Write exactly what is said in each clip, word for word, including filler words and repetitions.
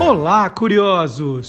Olá, curiosos!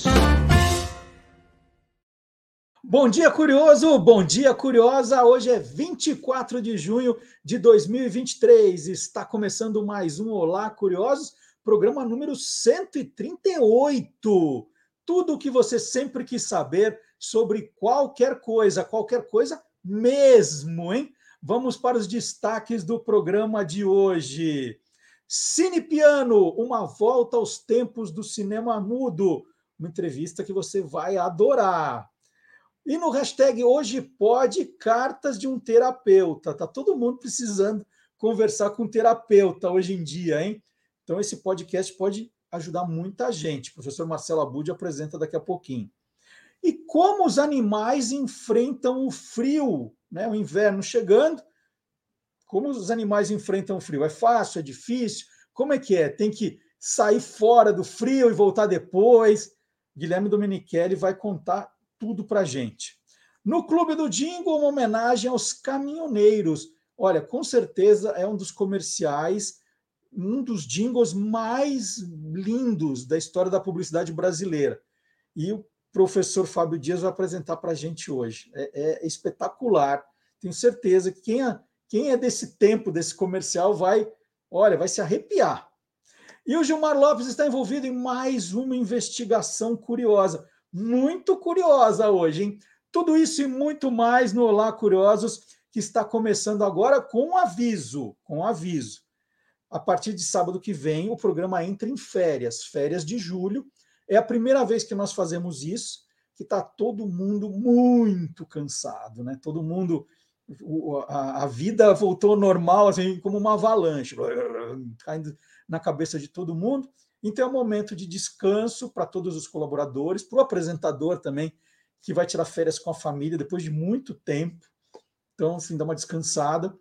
Bom dia, curioso! Bom dia, curiosa! Hoje é vinte e quatro de junho de dois mil e vinte e três. Está começando mais um Olá, curiosos, programa número cento e trinta e oito. Tudo o que você sempre quis saber sobre qualquer coisa, qualquer coisa mesmo, hein? Vamos para os destaques do programa de hoje. Cine Piano, uma volta aos tempos do cinema mudo. Uma entrevista que você vai adorar. E no hashtag Hoje Pode, cartas de um terapeuta. Tá todo mundo precisando conversar com um terapeuta hoje em dia, hein? Então esse podcast pode ajudar muita gente. O professor Marcelo Abud apresenta daqui a pouquinho. E como os animais enfrentam o frio, né? O inverno chegando. Como os animais enfrentam o frio? É fácil? É difícil? Como é que é? Tem que sair fora do frio e voltar depois? Guilherme Domenichelli vai contar tudo para a gente. No Clube do Jingle, uma homenagem aos caminhoneiros. Olha, com certeza é um dos comerciais, um dos jingles mais lindos da história da publicidade brasileira. E o professor Fábio Dias vai apresentar para a gente hoje. É, é espetacular. Tenho certeza que quem é, quem é desse tempo, desse comercial, vai, olha, vai se arrepiar. E o Gilmar Lopes está envolvido em mais uma investigação curiosa. Muito curiosa hoje, hein? Tudo isso e muito mais no Olá Curiosos, que está começando agora com um aviso, com um aviso. A partir de sábado que vem, o programa entra em férias, férias de julho. É a primeira vez que nós fazemos isso, que está todo mundo muito cansado, né? Todo mundo, a, a vida voltou ao normal, assim, como uma avalanche, caindo na cabeça de todo mundo. Então é um momento de descanso para todos os colaboradores, para o apresentador também, que vai tirar férias com a família depois de muito tempo. Então, assim, dá uma descansada.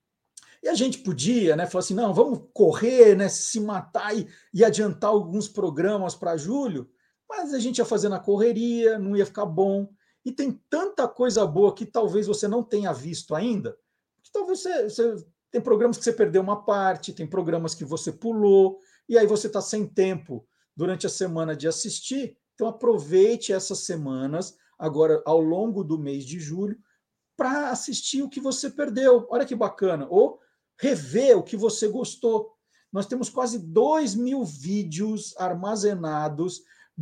E a gente podia, né, falar assim, não, vamos correr, né, se matar e, e adiantar alguns programas para julho, mas a gente ia fazer na correria, não ia ficar bom. E tem tanta coisa boa que talvez você não tenha visto ainda, que talvez você, você tem programas que você perdeu uma parte, tem programas que você pulou, e aí você está sem tempo durante a semana de assistir. Então aproveite essas semanas, agora ao longo do mês de julho, para assistir o que você perdeu. Olha que bacana. Ou rever o que você gostou. Nós temos quase dois mil vídeos armazenados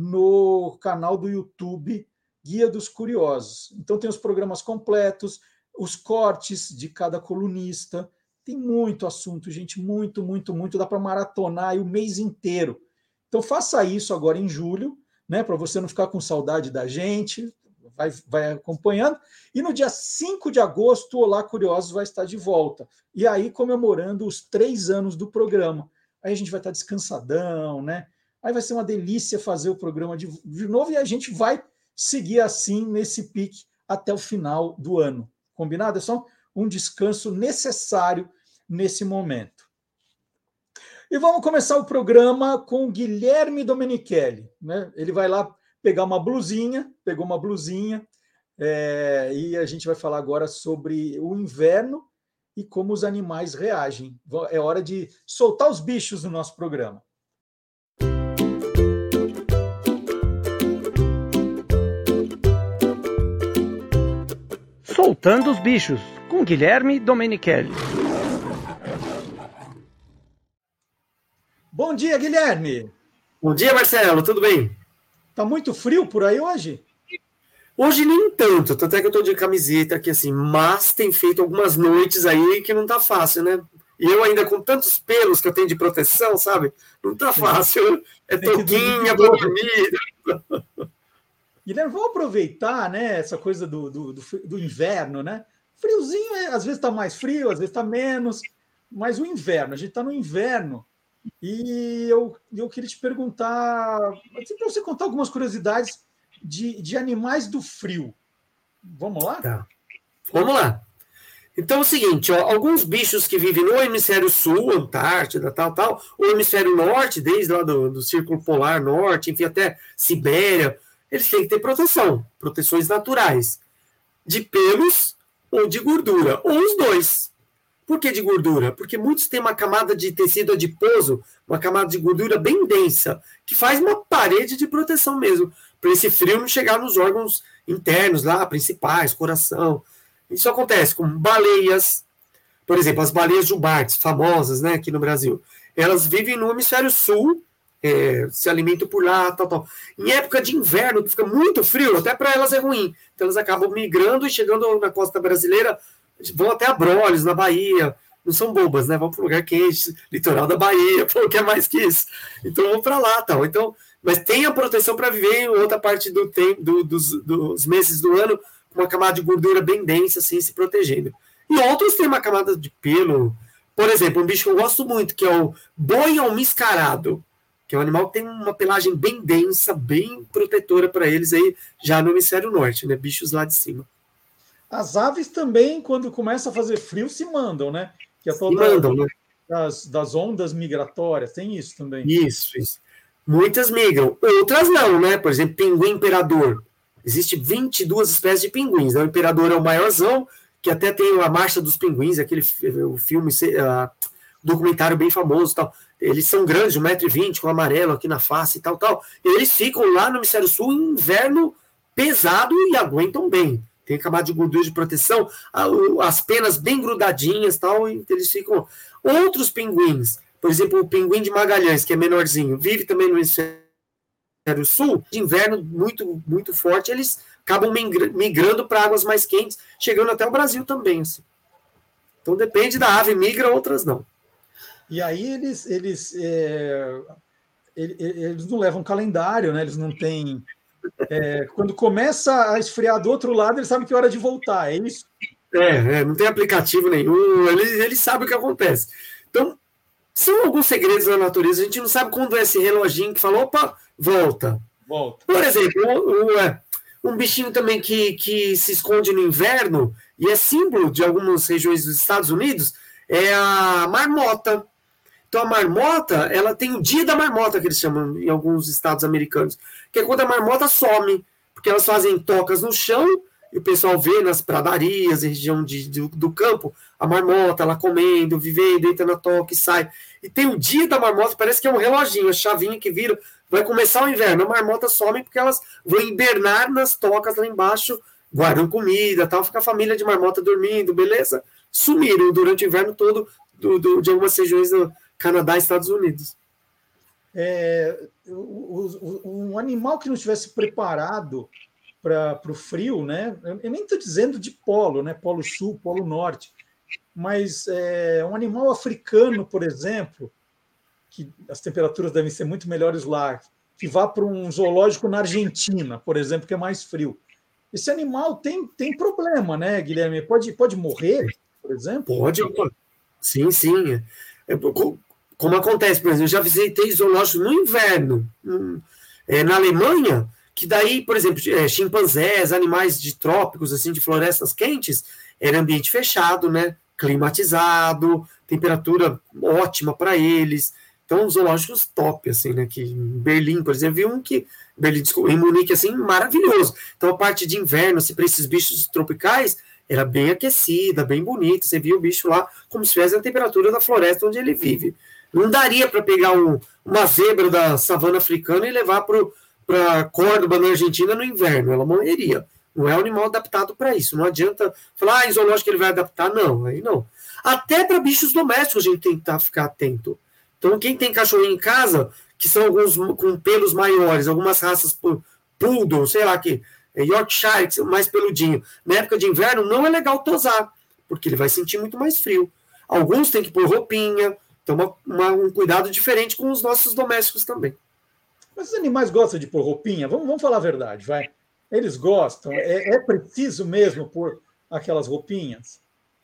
no canal do YouTube Guia dos Curiosos. Então tem os programas completos, os cortes de cada colunista. Tem muito assunto, gente, muito, muito, muito. Dá para maratonar aí o mês inteiro. Então faça isso agora em julho, né, para você não ficar com saudade da gente. Vai, vai acompanhando. E no dia cinco de agosto, o Olá Curiosos vai estar de volta. E aí comemorando os três anos do programa. Aí a gente vai estar descansadão, né? Aí vai ser uma delícia fazer o programa de, de novo e a gente vai seguir assim nesse pique até o final do ano. Combinado? É só um descanso necessário nesse momento. E vamos começar o programa com o Guilherme Domenichelli, né? Ele vai lá pegar uma blusinha, pegou uma blusinha, é, e a gente vai falar agora sobre o inverno e como os animais reagem. É hora de soltar os bichos no nosso programa. Soltando os bichos, com Guilherme Domenichelli. Bom dia, Guilherme! Bom dia, Marcelo, tudo bem? Tá muito frio por aí hoje? Hoje nem tanto, tanto é que eu tô de camiseta aqui assim, mas tem feito algumas noites aí que não tá fácil, né? E eu ainda com tantos pelos que eu tenho de proteção, sabe? Não tá fácil. É touquinha pra dormir. Guilherme, vamos aproveitar, né, essa coisa do, do, do, do inverno, né? Friozinho, é, às vezes tá mais frio, às vezes tá menos, mas o inverno, a gente tá no inverno. E eu, eu queria te perguntar, para você contar algumas curiosidades de, de animais do frio. Vamos lá? Tá. Vamos lá. Então é o seguinte, ó, alguns bichos que vivem no hemisfério sul, Antártida, tal, tal, o hemisfério norte, desde lá do, do Círculo Polar Norte, enfim, até Sibéria, eles têm que ter proteção, proteções naturais, de pelos ou de gordura, ou os dois. Por que de gordura? Porque muitos têm uma camada de tecido adiposo, uma camada de gordura bem densa, que faz uma parede de proteção mesmo, para esse frio não chegar nos órgãos internos lá, principais, coração. Isso acontece com baleias, por exemplo, as baleias jubartes, famosas, né, aqui no Brasil. Elas vivem no hemisfério sul, é, se alimentam por lá, tal, tal. Em época de inverno, que fica muito frio, até para elas é ruim. Então elas acabam migrando e chegando na costa brasileira, vão até Abrolhos, na Bahia. Não são bobas, né? Vão para um lugar quente, litoral da Bahia, pô, quer mais que isso? Então vão para lá, tal. Então, mas tem a proteção para viver em outra parte do tempo, do, dos, dos meses do ano, com uma camada de gordura bem densa, assim, se protegendo. E outros têm uma camada de pelo. Por exemplo, um bicho que eu gosto muito, que é o boi almiscarado, que é um animal que tem uma pelagem bem densa, bem protetora para eles aí, já no hemisfério norte, né? Bichos lá de cima. As aves também, quando começa a fazer frio, se mandam, né? Que é toda mandam, né? das, das ondas migratórias, tem isso também. Isso, isso. Muitas migram, outras não, né? Por exemplo, pinguim imperador. Existem vinte e duas espécies de pinguins, né? O imperador é o maiorzão, que até tem a Marcha dos Pinguins, aquele o filme, uh, documentário bem famoso, tal. Eles são grandes, de um metro e vinte, com amarelo aqui na face e tal, tal. E eles ficam lá no hemisfério sul em inverno pesado e aguentam bem. Tem camada de gordura de proteção, as penas bem grudadinhas, tal, e eles ficam. Outros pinguins, por exemplo, o pinguim de Magalhães, que é menorzinho, vive também no hemisfério sul, de inverno muito, muito forte, eles acabam migrando para águas mais quentes, chegando até o Brasil também. Assim. Então depende da ave, migra, outras não. E aí eles, eles, é, eles não levam calendário, né? Eles não têm. É, quando começa a esfriar do outro lado, eles sabem que é hora de voltar, é isso? É, é não tem aplicativo nenhum, eles, eles sabem o que acontece. Então, são alguns segredos da natureza, a gente não sabe quando é esse reloginho que fala, opa, volta. Volta. Por exemplo, um, um, um bichinho também que, que se esconde no inverno, e é símbolo de algumas regiões dos Estados Unidos, é a marmota. Então, a marmota, ela tem o dia da marmota, que eles chamam em alguns estados americanos, que é quando a marmota some, porque elas fazem tocas no chão, e o pessoal vê nas pradarias, região de, de, do campo, a marmota, ela comendo, vivendo, entra na toca e sai. E tem o dia da marmota, parece que é um reloginho, a chavinha que vira, vai começar o inverno, a marmota some porque elas vão hibernar nas tocas lá embaixo, guardam comida, tal, fica a família de marmota dormindo, beleza? Sumiram durante o inverno todo do, do, de algumas regiões do Canadá e Estados Unidos. É, o, o, um animal que não estivesse preparado para o frio, né? Eu nem estou dizendo de polo, né? Polo sul, polo norte, mas é, um animal africano, por exemplo, que as temperaturas devem ser muito melhores lá, que vá para um zoológico na Argentina, por exemplo, que é mais frio. Esse animal tem, tem problema, né, Guilherme? Pode, pode morrer, por exemplo? Pode, sim, sim. É, como acontece, por exemplo, eu já visitei zoológicos no inverno, é, na Alemanha, que daí, por exemplo, é, chimpanzés, animais de trópicos, assim, de florestas quentes, era ambiente fechado, né, climatizado, temperatura ótima para eles. Então, zoológicos top, assim, né, que em Berlim, por exemplo, vi um que, Berlim, desculpa, em Munique, assim, maravilhoso. Então, a parte de inverno, assim, para esses bichos tropicais, era bem aquecida, bem bonita, você via o bicho lá como se estivesse na temperatura da floresta onde ele vive. Não daria para pegar um, uma zebra da savana africana e levar para Córdoba, na Argentina, no inverno, ela morreria. Não é um animal adaptado para isso, não adianta falar, ah, em zoológico ele vai adaptar, não, aí não. Até para bichos domésticos a gente tem que ficar atento. Então, quem tem cachorrinho em casa, que são alguns com pelos maiores, algumas raças poodle, sei lá, que Yorkshire, mais peludinho, na época de inverno, não é legal tosar, porque ele vai sentir muito mais frio. Alguns têm que pôr roupinha, então uma, uma, um cuidado diferente com os nossos domésticos também. Mas os animais gostam de pôr roupinha? Vamos, vamos falar a verdade, vai. Eles gostam? É, é preciso mesmo pôr aquelas roupinhas?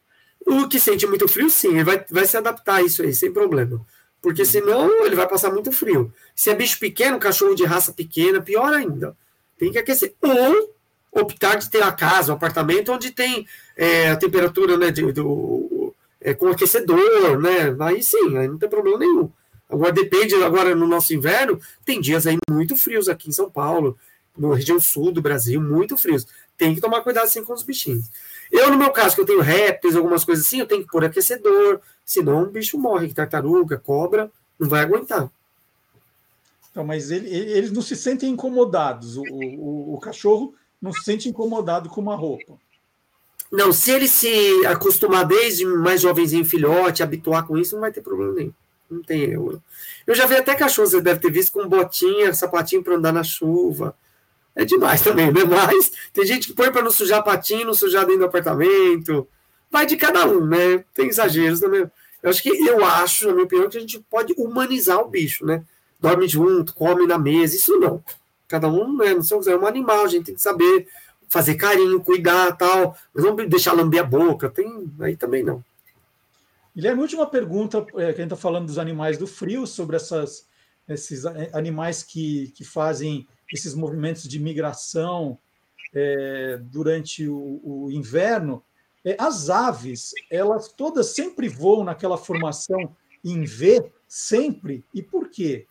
O que sente muito frio, sim, ele vai, vai se adaptar a isso aí, sem problema. Porque senão ele vai passar muito frio. Se é bicho pequeno, cachorro de raça pequena, pior ainda. Tem que aquecer. Ou optar de ter a casa, um apartamento onde tem é, a temperatura, né, de, do, é, com aquecedor, né? Aí sim, aí não tem problema nenhum. Agora depende, agora no nosso inverno, tem dias aí muito frios aqui em São Paulo, na região sul do Brasil, muito frios. tem que tomar cuidado assim com os bichinhos. Eu, no meu caso, que eu tenho répteis, algumas coisas assim, eu tenho que pôr aquecedor, senão o bicho morre, tartaruga, cobra, não vai aguentar. Então, mas ele, eles não se sentem incomodados, o, o, o cachorro não se sente incomodado com uma roupa. Não, se ele se acostumar desde mais jovenzinho, filhote, habituar com isso, não vai ter problema nenhum. Não tem eu. Eu já vi até cachorro, você deve ter visto, com botinha, sapatinho para andar na chuva. É demais também, né? Mas tem gente que põe para não sujar patinho, não sujar dentro do apartamento. Vai de cada um, né? Tem exageros também. Eu acho que, eu acho, na minha opinião, que a gente pode humanizar o bicho, né? Dorme junto, come na mesa, isso não. Cada um, né? Não sei o que é um animal, a gente tem que saber fazer carinho, cuidar, tal. Mas não deixar lamber a boca, tem, aí também não. Guilherme, última pergunta, é, que a gente está falando dos animais do frio, sobre essas, esses animais que, que fazem esses movimentos de migração é, durante o, o inverno. É, as aves, elas todas sempre voam naquela formação em V, sempre, e por quê?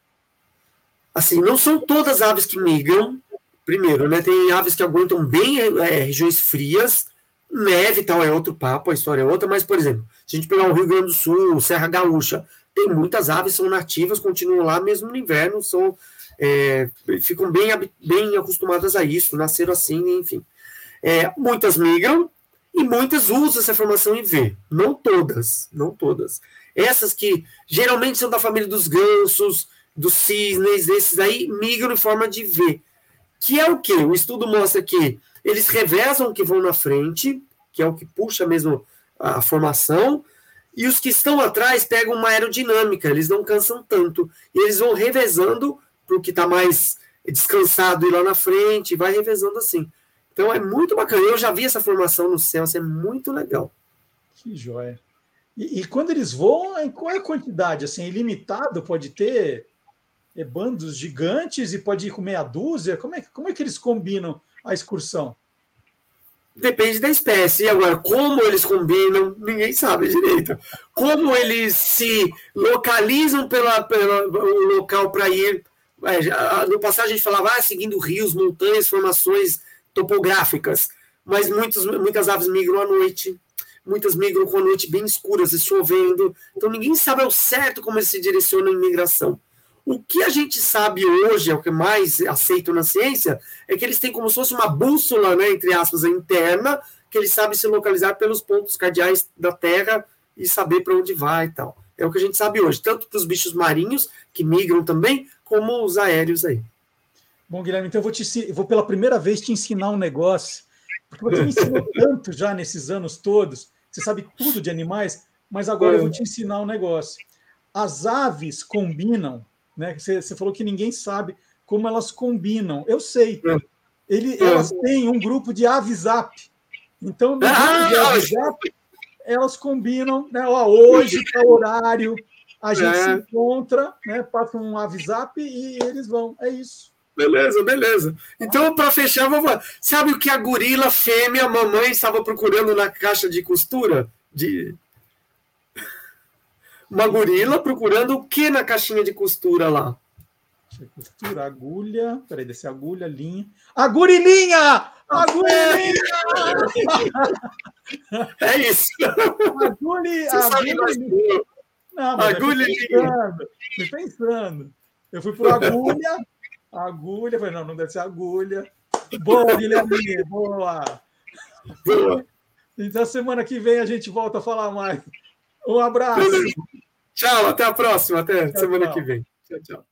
Assim, não são todas as aves que migram, primeiro, né? Tem aves que aguentam bem é, regiões frias, neve e tal, é outro papo, a história é outra, mas, por exemplo, se a gente pegar o Rio Grande do Sul, Serra Gaúcha, tem muitas aves, são nativas, continuam lá mesmo no inverno, são, é, ficam bem, bem acostumadas a isso, nasceram assim, enfim. É, muitas migram e muitas usam essa formação em V, não todas, não todas. Essas que geralmente são da família dos gansos, dos cisnes, esses aí migram em forma de V. Que é o quê? O estudo mostra que eles revezam que vão na frente, que é o que puxa mesmo a formação, e os que estão atrás pegam uma aerodinâmica, eles não cansam tanto. E eles vão revezando para o que está mais descansado ir lá na frente, e vai revezando assim. Então é muito bacana. Eu já vi essa formação no céu, isso é muito legal. Que joia. E, e quando eles voam, qual é a quantidade? Assim, ilimitado? Pode ter é, bandos gigantes e pode ir com meia dúzia? Como é, como é que eles combinam a excursão? Depende da espécie. E agora, como eles combinam, ninguém sabe direito. Como eles se localizam pela, pela local para ir. No passado a gente falava, ah, seguindo rios, montanhas, formações topográficas. Mas muitos, muitas aves migram à noite. Muitas migram com a noite bem escura, chovendo. Então ninguém sabe ao certo como eles se direcionam em migração. O que a gente sabe hoje, é o que mais aceito na ciência, é que eles têm como se fosse uma bússola, né, entre aspas, interna, que eles sabem se localizar pelos pontos cardeais da Terra e saber para onde vai e tal. É o que a gente sabe hoje, tanto para os bichos marinhos, que migram também, como os aéreos aí. Bom, Guilherme, então eu vou, te, vou pela primeira vez te ensinar um negócio, porque você me ensinou tanto já nesses anos todos, você sabe tudo de animais, mas agora eu vou te ensinar um negócio. As aves combinam. Né? Você, você falou que ninguém sabe como elas combinam. Eu sei. Ele, elas têm um grupo de avisap. Então, no grupo de avisap, elas combinam, né? Ó, hoje, para o horário, a gente é. se encontra, né? Passa um avisap e eles vão. É isso. Beleza, beleza. Então, para fechar, vamos lá. Sabe o que a gorila fêmea, mamãe, estava procurando na caixa de costura? De... Uma gorila procurando o que na caixinha de costura lá? Costura, agulha. Peraí, descer agulha, linha. A gorilinha! A gorilinha! É isso. Agulha, agulha. Não, mas agulha. Fui pensando, fui pensando. Eu fui por agulha, agulha. Falei, não, não deve ser agulha. Boa, Guilherme, boa. Boa. Então, semana que vem a gente volta a falar mais. Um abraço. Tchau, até a próxima. Até tchau, semana tchau. que vem. Tchau, tchau.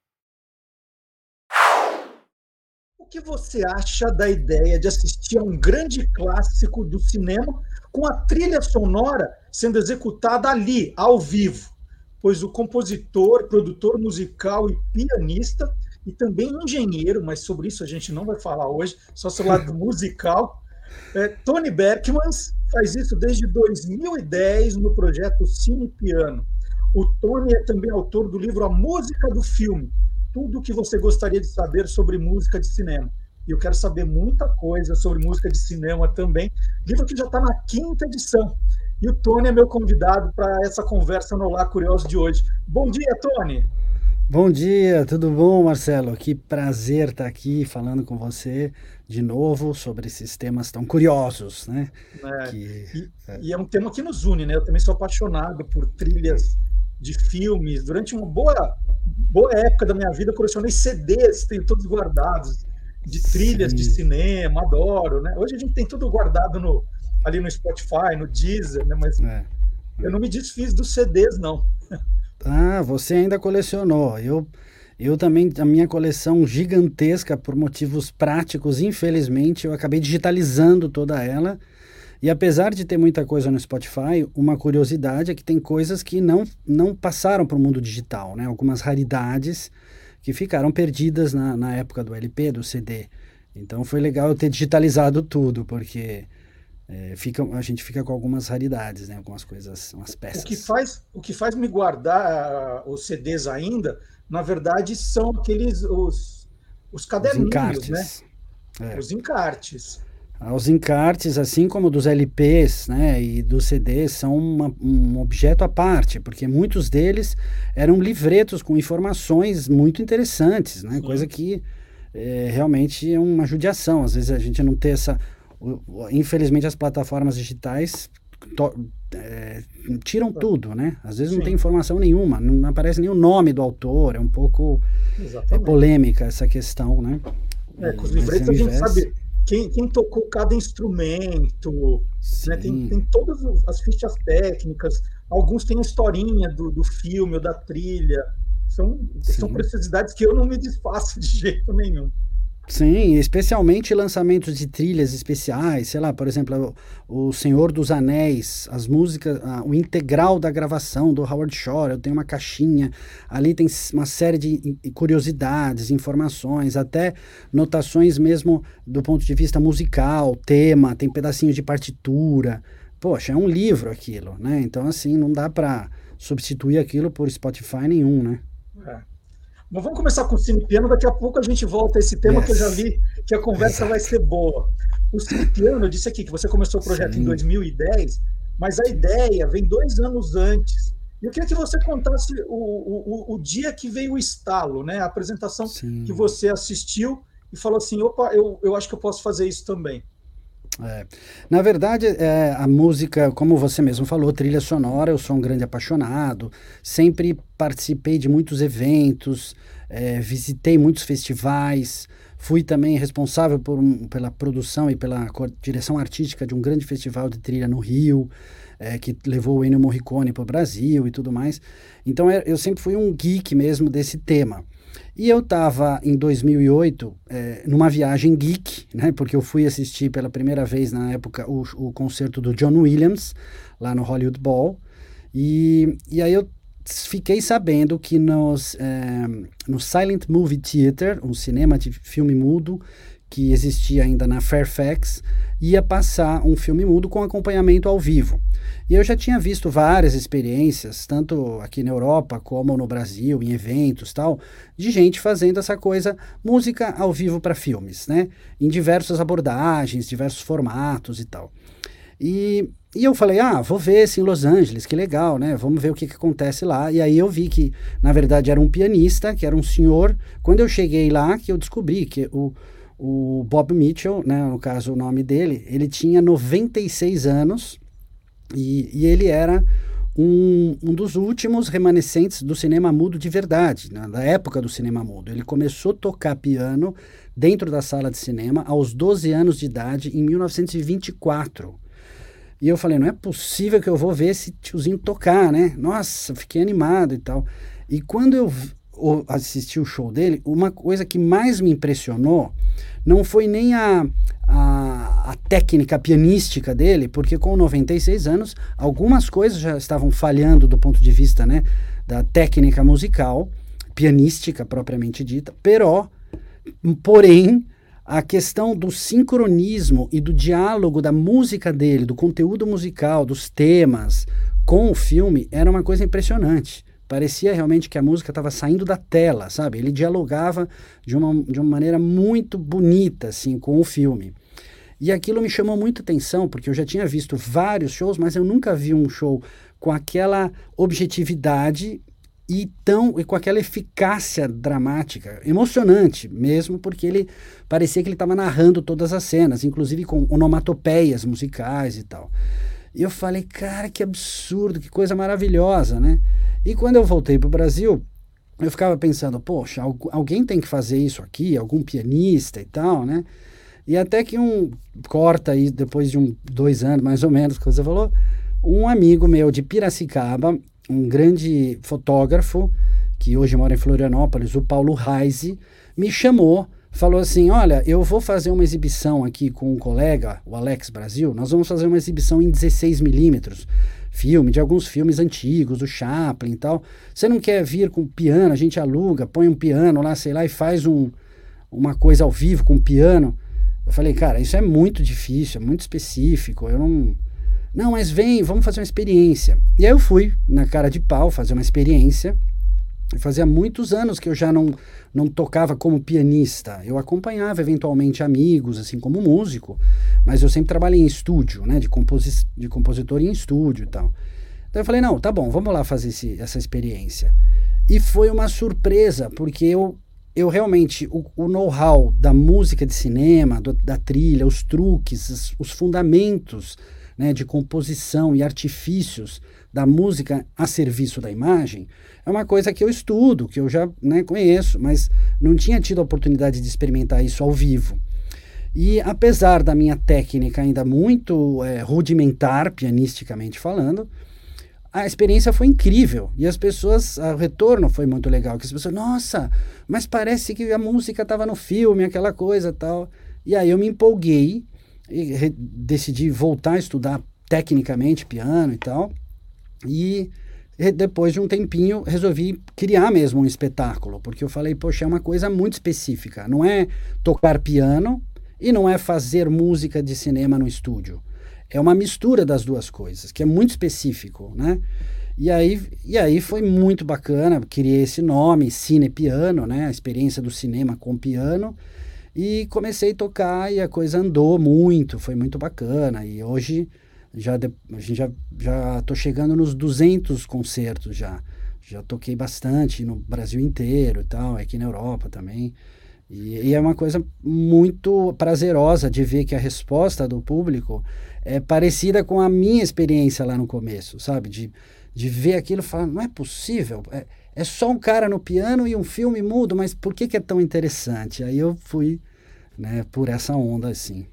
O que você acha da ideia de assistir a um grande clássico do cinema com a trilha sonora sendo executada ali, ao vivo? Pois o compositor, produtor musical e pianista, e também engenheiro, mas sobre isso a gente não vai falar hoje, só sobre o lado musical, é, Tony Berkmans faz isso desde dois mil e dez no projeto Cine Piano. O Tony é também autor do livro A Música do Filme, tudo o que você gostaria de saber sobre música de cinema. E eu quero saber muita coisa sobre música de cinema também, livro que já está na quinta edição. E o Tony é meu convidado para essa conversa no Olá Curioso de hoje. Bom dia, Tony! Bom dia, tudo bom, Marcelo? Que prazer estar aqui falando com você de novo sobre esses temas tão curiosos, né? É, Que, e, é, e é um tema que nos une, né? Eu também sou apaixonado por trilhas de filmes. Durante uma boa, boa época da minha vida, eu colecionei C Ds, tenho todos guardados, de trilhas de sim, cinema, adoro, né? Hoje a gente tem tudo guardado no, ali no Spotify, no Deezer, né? Mas é, eu é. não me desfiz dos C Ds, não. Ah, você ainda colecionou. Eu, eu também, a minha coleção gigantesca, por motivos práticos, infelizmente, eu acabei digitalizando toda ela. E apesar de ter muita coisa no Spotify, uma curiosidade é que tem coisas que não, não passaram para o mundo digital, né? Algumas raridades que ficaram perdidas na, na época do L P, do C D. Então foi legal eu ter digitalizado tudo, porque é, fica, a gente fica com algumas raridades, né? Algumas coisas, umas O que peças. faz, o que faz me guardar os C Ds ainda, na verdade, são aqueles os, os Os caderninhos, né? encartes. É. Os encartes. Os encartes, assim como dos L Ps, né, e dos C Ds, são uma, um objeto à parte, porque muitos deles eram livretos com informações muito interessantes, né, coisa Sim, que é, realmente é uma judiação. Às vezes a gente não ter essa. o- o- Infelizmente, as plataformas digitais to- é, tiram tudo, né? Às vezes não tem sim, informação nenhuma, não aparece nem o nome do autor, é um pouco é, exatamente. polêmica essa questão, né? É, com E, os mas livretos ao a gente invés. sabe quem, quem tocou cada instrumento, né? Tem, Sim. tem todas as as fichas técnicas, alguns têm a historinha do, do filme ou da trilha. São, são Sim, preciosidades que eu não me desfaço de jeito nenhum. sim, especialmente lançamentos de trilhas especiais, sei lá, por exemplo, o, o Senhor dos Anéis, as músicas, ah, o integral da gravação do Howard Shore, eu tenho uma caixinha, ali tem s- uma série de i- curiosidades, informações, até notações mesmo do ponto de vista musical, tema, tem pedacinhos de partitura. Poxa, é um livro aquilo, né? Então, assim, não dá para substituir aquilo por Spotify nenhum, né? É. Mas vamos começar com o Cine Piano, daqui a pouco a gente volta a esse tema que eu já Yes, vi que a conversa vai exato. ser boa. O Cine Piano, eu disse aqui que você começou o projeto em Sim, dois mil e dez, mas a sim, ideia vem dois anos antes. E eu queria que você contasse o, o, o dia que veio o estalo, né? A apresentação que sim. você assistiu e falou assim, opa, eu, eu acho que eu posso fazer isso também. É. Na verdade, é, a música, como você mesmo falou, trilha sonora, eu sou um grande apaixonado, sempre participei de muitos eventos, é, visitei muitos festivais, fui também responsável por um- pela produção e pela co- direção artística de um grande festival de trilha no Rio, é, que levou o Ennio Morricone para o Brasil e tudo mais. Então, é, eu sempre fui um geek mesmo desse tema. E eu estava em dois mil e oito, eh, numa viagem geek, né? Porque eu fui assistir pela primeira vez na época o, o concerto do John Williams, lá no Hollywood Bowl. E, e aí eu fiquei sabendo que nos, eh, no Silent Movie Theater, um cinema de filme mudo, que existia ainda na Fairfax, ia passar um filme mudo com acompanhamento ao vivo. E eu já tinha visto várias experiências, tanto aqui na Europa como no Brasil, em eventos tal, de gente fazendo essa coisa, música ao vivo para filmes, né? Em diversas abordagens, diversos formatos e tal. E, e eu falei, ah, vou ver esse em Los Angeles, que legal, né? Vamos ver o que, que acontece lá. E aí eu vi que, na verdade, era um pianista, que era um senhor. Quando eu cheguei lá, que eu descobri que o, o Bob Mitchell, né, no caso o nome dele, ele tinha noventa e seis anos e, e ele era um, um dos últimos remanescentes do cinema mudo de verdade, né, da época do cinema mudo. Ele começou a tocar piano dentro da sala de cinema aos doze anos de idade, em mil novecentos e vinte e quatro. E eu falei, não é possível que eu vou ver esse tiozinho tocar, né? Nossa, fiquei animado e tal. E quando eu v- o- assisti o show dele, uma coisa que mais me impressionou não foi nem a, a, a técnica pianística dele, porque com noventa e seis anos, algumas coisas já estavam falhando do ponto de vista, né, da técnica musical, pianística propriamente dita, pero porém, a questão do sincronismo e do diálogo da música dele, do conteúdo musical, dos temas com o filme, era uma coisa impressionante. Parecia realmente que a música estava saindo da tela, sabe? Ele dialogava de uma, de uma maneira muito bonita, assim, com o filme. E aquilo me chamou muita atenção, porque eu já tinha visto vários shows, mas eu nunca vi um show com aquela objetividade e, tão, e com aquela eficácia dramática, emocionante mesmo, porque ele parecia que ele estava narrando todas as cenas, inclusive com onomatopeias musicais e tal. E eu falei, cara, que absurdo, que coisa maravilhosa, né? E quando eu voltei para o Brasil, eu ficava pensando, poxa, alguém tem que fazer isso aqui, algum pianista e tal, né? E até que um, corta aí, depois de um, dois anos, mais ou menos, que você falou, um amigo meu de Piracicaba, um grande fotógrafo, que hoje mora em Florianópolis, o Paulo Reise, me chamou, falou assim, olha, eu vou fazer uma exibição aqui com um colega, o Alex Brasil, nós vamos fazer uma exibição em dezesseis milímetros, filme, de alguns filmes antigos, do Chaplin e tal. Você não quer vir com piano, a gente aluga, põe um piano lá, sei lá, e faz um, uma coisa ao vivo com piano. Eu falei, cara, isso é muito difícil, é muito específico, eu não... Não, mas vem, vamos fazer uma experiência. E aí eu fui, na cara de pau, fazer uma experiência. Fazia muitos anos que eu já não, não tocava como pianista. Eu acompanhava eventualmente amigos, assim, como músico, mas eu sempre trabalhei em estúdio, né, de, composi de compositor em estúdio e tal. Então eu falei, não, tá bom, vamos lá fazer esse, essa experiência. E foi uma surpresa, porque eu, eu realmente, o, o know-how da música de cinema, do, da trilha, os truques, os, os fundamentos, né, de composição e artifícios da música a serviço da imagem, é uma coisa que eu estudo, que eu já, né, conheço, mas não tinha tido a oportunidade de experimentar isso ao vivo. E apesar da minha técnica ainda muito é, rudimentar, pianisticamente falando, a experiência foi incrível. E as pessoas, o retorno foi muito legal, que as pessoas, nossa, mas parece que a música estava no filme, aquela coisa tal. E aí eu me empolguei, e decidi voltar a estudar tecnicamente piano e tal, e depois de um tempinho resolvi criar mesmo um espetáculo, porque eu falei, poxa, é uma coisa muito específica, não é tocar piano e não é fazer música de cinema no estúdio, é uma mistura das duas coisas, que é muito específico, né? E aí, e aí foi muito bacana, criei esse nome, Cine Piano, né? A experiência do cinema com piano. E comecei a tocar e a coisa andou muito, foi muito bacana. E hoje já de, a gente já já tô chegando nos duzentos concertos já. Já toquei bastante no Brasil inteiro e tal, aqui na Europa também. E, e é uma coisa muito prazerosa de ver que a resposta do público é parecida com a minha experiência lá no começo, sabe? De, de ver aquilo e falar, não é possível, é, é só um cara no piano e um filme mudo, mas por que que é tão interessante? Aí eu fui, né, por essa onda, assim.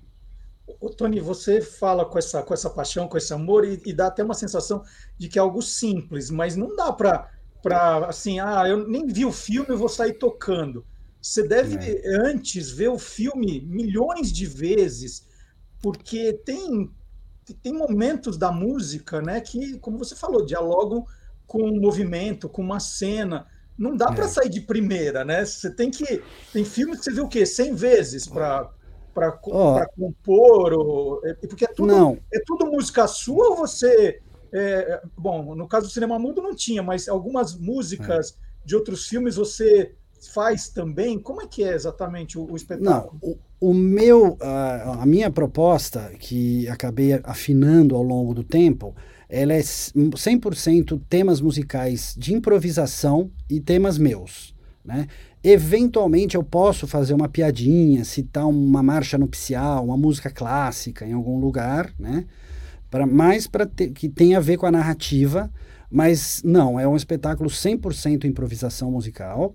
Ô, Tony, você fala com essa, com essa paixão, com esse amor, e, e dá até uma sensação de que é algo simples, mas não dá para, para assim, ah, eu nem vi o filme, eu vou sair tocando. Você deve, é. antes, ver o filme milhões de vezes, porque tem, tem momentos da música, né, que, como você falou, dialogam com um movimento, com uma cena. Não dá é. para sair de primeira, né? Você tem que... Tem filmes que você viu o quê? cem vezes para para oh. compor, ou, porque é tudo, não. é tudo música sua ou você... É, bom, no caso do cinema mudo não tinha, mas algumas músicas é. de outros filmes você faz também? Como é que é exatamente o, o espetáculo? Não, o, o meu, a, a minha proposta, que acabei afinando ao longo do tempo, ela é cem por cento temas musicais de improvisação e temas meus, né? Eventualmente eu posso fazer uma piadinha, citar uma marcha nupcial, uma música clássica em algum lugar, né? Pra, mais para que tenha a ver com a narrativa, mas não, é um espetáculo cem por cento improvisação musical.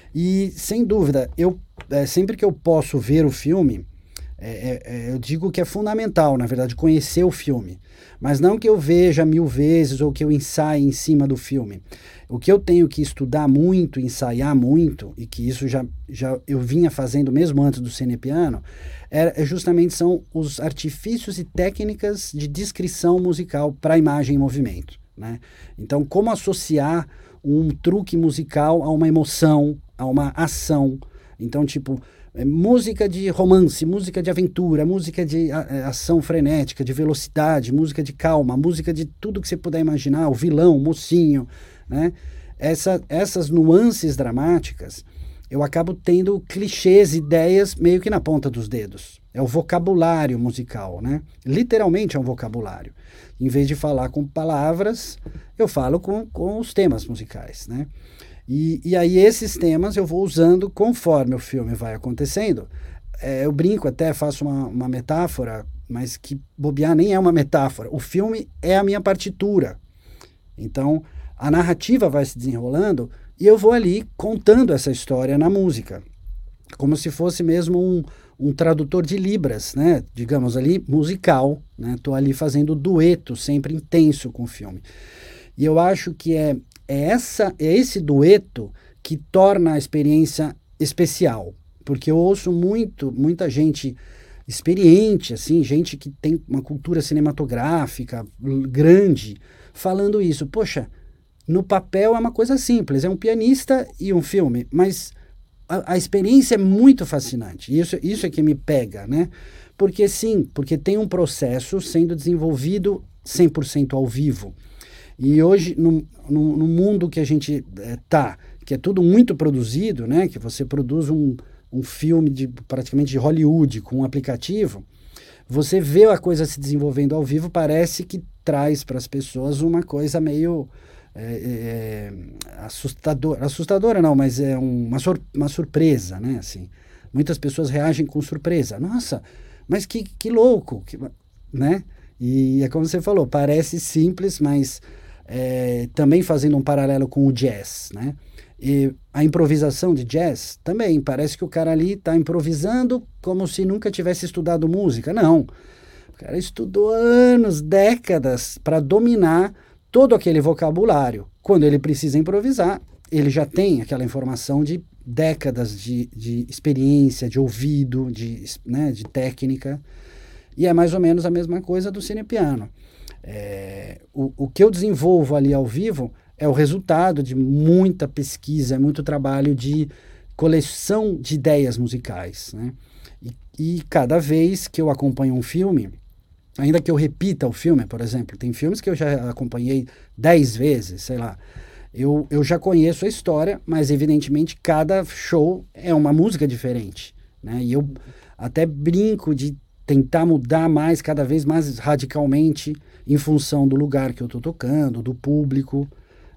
E, sem dúvida, eu, é, sempre que eu posso ver o filme, é, é, eu digo que é fundamental, na verdade, conhecer o filme. Mas não que eu veja mil vezes ou que eu ensaie em cima do filme. O que eu tenho que estudar muito, ensaiar muito, e que isso já, já eu vinha fazendo mesmo antes do Cine Piano, é, é justamente são os artifícios e técnicas de descrição musical para a imagem em movimento, né? Então, como associar um truque musical a uma emoção, a uma ação. Então, tipo, é, música de romance, música de aventura, música de a, ação frenética, de velocidade, música de calma, música de tudo que você puder imaginar, o vilão, o mocinho, né? Essa, essas nuances dramáticas, eu acabo tendo clichês, ideias meio que na ponta dos dedos. é o vocabulário musical, né? Literalmente é um vocabulário. Em vez de falar com palavras, eu falo com, com os temas musicais, né? E, e aí esses temas eu vou usando conforme o filme vai acontecendo. É, eu brinco até, faço uma, uma metáfora, mas que bobear nem é uma metáfora. O filme é a minha partitura. Então, a narrativa vai se desenrolando e eu vou ali contando essa história na música. Como se fosse mesmo um, um tradutor de libras, né? Digamos ali, musical, né? Tô ali fazendo dueto, sempre intenso com o filme. E eu acho que é, é, essa, é esse dueto que torna a experiência especial. Porque eu ouço muito, muita gente experiente, assim, gente que tem uma cultura cinematográfica grande, falando isso. Poxa, no papel é uma coisa simples, é um pianista e um filme, mas a, a experiência é muito fascinante. Isso, isso é que me pega, né? Porque sim, porque tem um processo sendo desenvolvido cem por cento ao vivo. E hoje, no, no, no mundo que a gente é, tá, que é tudo muito produzido, né? Que você produz um um filme de, praticamente de Hollywood com um aplicativo, você vê a coisa se desenvolvendo ao vivo, parece que traz para as pessoas uma coisa meio é, é, assustadora, assustadora não, mas é uma, sur, uma surpresa, né, assim, muitas pessoas reagem com surpresa, nossa, mas que, que louco, que, né, e é como você falou, parece simples, mas é, também fazendo um paralelo com o jazz, né. E a improvisação de jazz também, parece que o cara ali está improvisando como se nunca tivesse estudado música. Não, o cara estudou anos, décadas para dominar todo aquele vocabulário. Quando ele precisa improvisar, ele já tem aquela informação de décadas de, de experiência, de ouvido, de, né, de técnica. E é mais ou menos a mesma coisa do cinepiano. É, o, o que eu desenvolvo ali ao vivo é o resultado de muita pesquisa, muito trabalho de coleção de ideias musicais, né? E, e cada vez que eu acompanho um filme, ainda que eu repita o filme, por exemplo, tem filmes que eu já acompanhei dez vezes, sei lá, eu, eu já conheço a história, mas evidentemente cada show é uma música diferente, né? E eu até brinco de tentar mudar mais, cada vez mais radicalmente, em função do lugar que eu estou tocando, do público.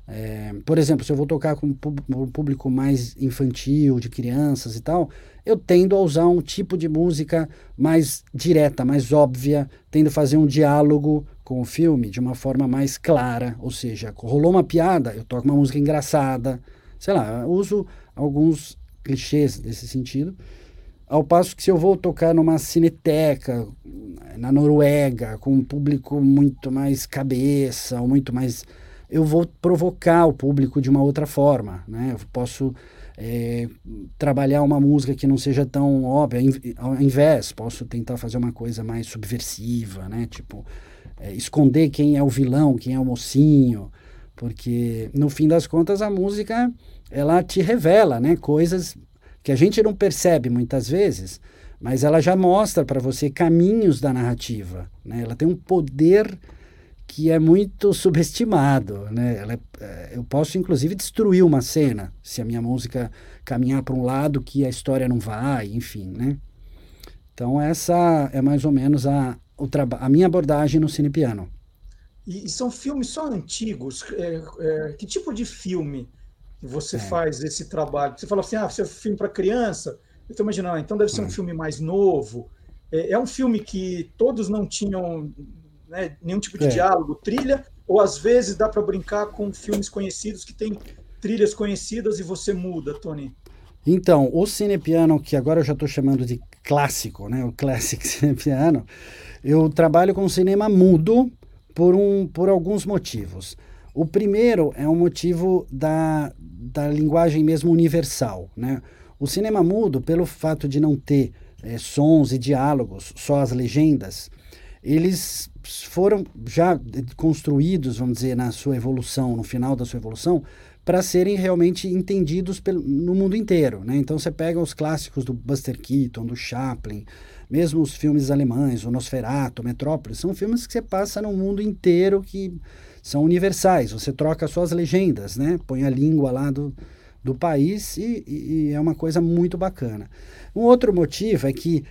É, por exemplo, se eu vou tocar com um público mais infantil, de crianças e tal, eu tendo a usar um tipo de música mais direta, mais óbvia, tendo a fazer um diálogo com o filme de uma forma mais clara, ou seja, rolou uma piada, eu toco uma música engraçada, sei lá, eu uso alguns clichês desse sentido, ao passo que se eu vou tocar numa cineteca, na Noruega, com um público muito mais cabeça, ou muito mais... eu vou provocar o público de uma outra forma, né? Eu posso é, trabalhar uma música que não seja tão óbvia, ao invés, posso tentar fazer uma coisa mais subversiva, né? Tipo, é, esconder quem é o vilão, quem é o mocinho, porque, no fim das contas, a música, ela te revela, né? Coisas que a gente não percebe muitas vezes, mas ela já mostra para você caminhos da narrativa, né? Ela tem um poder que é muito subestimado, né? Ela é, eu posso, inclusive, destruir uma cena se a minha música caminhar para um lado que a história não vai, enfim, né? Então, essa é mais ou menos a, o a minha abordagem no cinepiano. E, e são filmes só antigos? É, é, que tipo de filme você é. faz esse trabalho? Você falou assim, ah, você é um filme para criança? Eu estou imaginando, então deve ser um filme mais novo. É, é um filme que todos não tinham... né, nenhum tipo de é. diálogo, trilha, ou às vezes dá para brincar com filmes conhecidos que tem trilhas conhecidas e você muda, Tony? Então, o cinepiano, que agora eu já estou chamando de clássico, né, o classic cinepiano, eu trabalho com cinema mudo por, um, por alguns motivos. O primeiro é um motivo da, da linguagem mesmo universal, né? O cinema mudo, pelo fato de não ter é, sons e diálogos, só as legendas, eles foram já construídos, vamos dizer, na sua evolução, no final da sua evolução, para serem realmente entendidos pelo, no mundo inteiro, né? Então você pega os clássicos do Buster Keaton, do Chaplin, mesmo os filmes alemães, o Nosferatu, Metrópolis, são filmes que você passa no mundo inteiro que são universais, você troca suas legendas, né? Põe a língua lá do, do país e, e é uma coisa muito bacana. Um outro motivo é que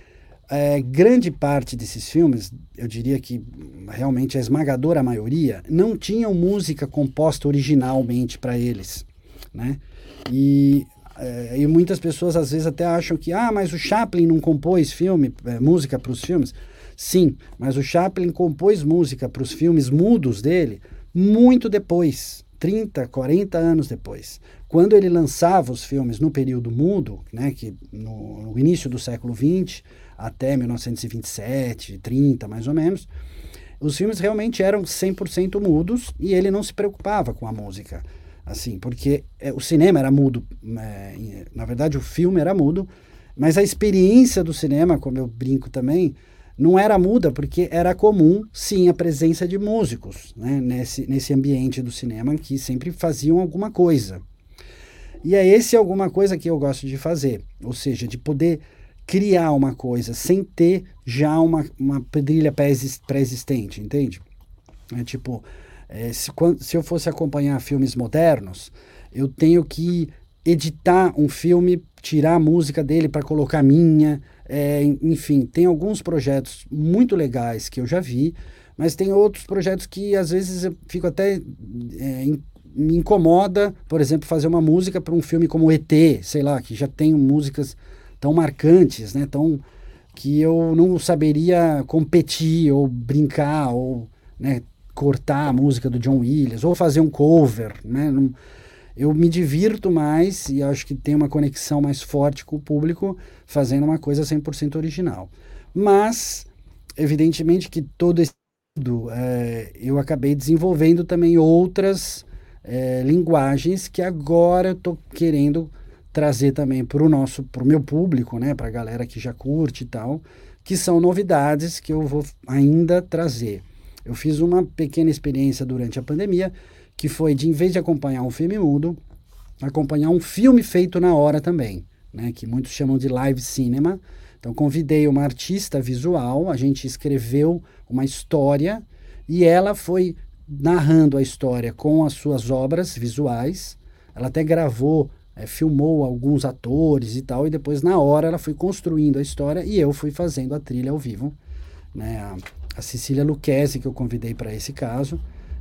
é, grande parte desses filmes, eu diria que realmente a esmagadora maioria, não tinham música composta originalmente para eles, né? E, é, e muitas pessoas às vezes até acham que, ah, mas o Chaplin não compôs filme, é, música para os filmes. Sim, mas o Chaplin compôs música para os filmes mudos dele muito depois, trinta, quarenta anos depois. Quando ele lançava os filmes no período mudo, né, que no, no início do século vinte, até mil novecentos e vinte e sete, trinta mais ou menos, os filmes realmente eram cem por cento mudos e ele não se preocupava com a música, assim, porque é, o cinema era mudo, é, na verdade o filme era mudo, mas a experiência do cinema, como eu brinco também, não era muda, porque era comum, sim, a presença de músicos, né, nesse, nesse ambiente do cinema que sempre faziam alguma coisa. E é esse alguma coisa que eu gosto de fazer, ou seja, de poder criar uma coisa sem ter já uma, uma trilha pré-existente, entende? É tipo, é, se, quando, se eu fosse acompanhar filmes modernos, eu tenho que editar um filme, tirar a música dele para colocar a minha, é, enfim, tem alguns projetos muito legais que eu já vi, mas tem outros projetos que às vezes eu fico até... É, in, me incomoda, por exemplo, fazer uma música para um filme como E T, sei lá, que já tem músicas tão marcantes, né, tão, que eu não saberia competir ou brincar ou, né, cortar a música do John Williams ou fazer um cover, né, não, eu me divirto mais e acho que tem uma conexão mais forte com o público fazendo uma coisa cem por cento original. Mas, evidentemente que todo esse tudo, é, eu acabei desenvolvendo também outras é, linguagens que agora eu estou querendo trazer também para o nosso, para o meu público, né, para a galera que já curte e tal, que são novidades que eu vou ainda trazer. Eu fiz uma pequena experiência durante a pandemia, que foi de, em vez de acompanhar um filme mudo, acompanhar um filme feito na hora também, né, que muitos chamam de live cinema. Então, convidei uma artista visual, a gente escreveu uma história e ela foi narrando a história com as suas obras visuais. Ela até gravou, é, filmou alguns atores e tal, e depois, na hora, ela foi construindo a história e eu fui fazendo a trilha ao vivo, né? A, a Cecília Lucchesi, que eu convidei para esse caso,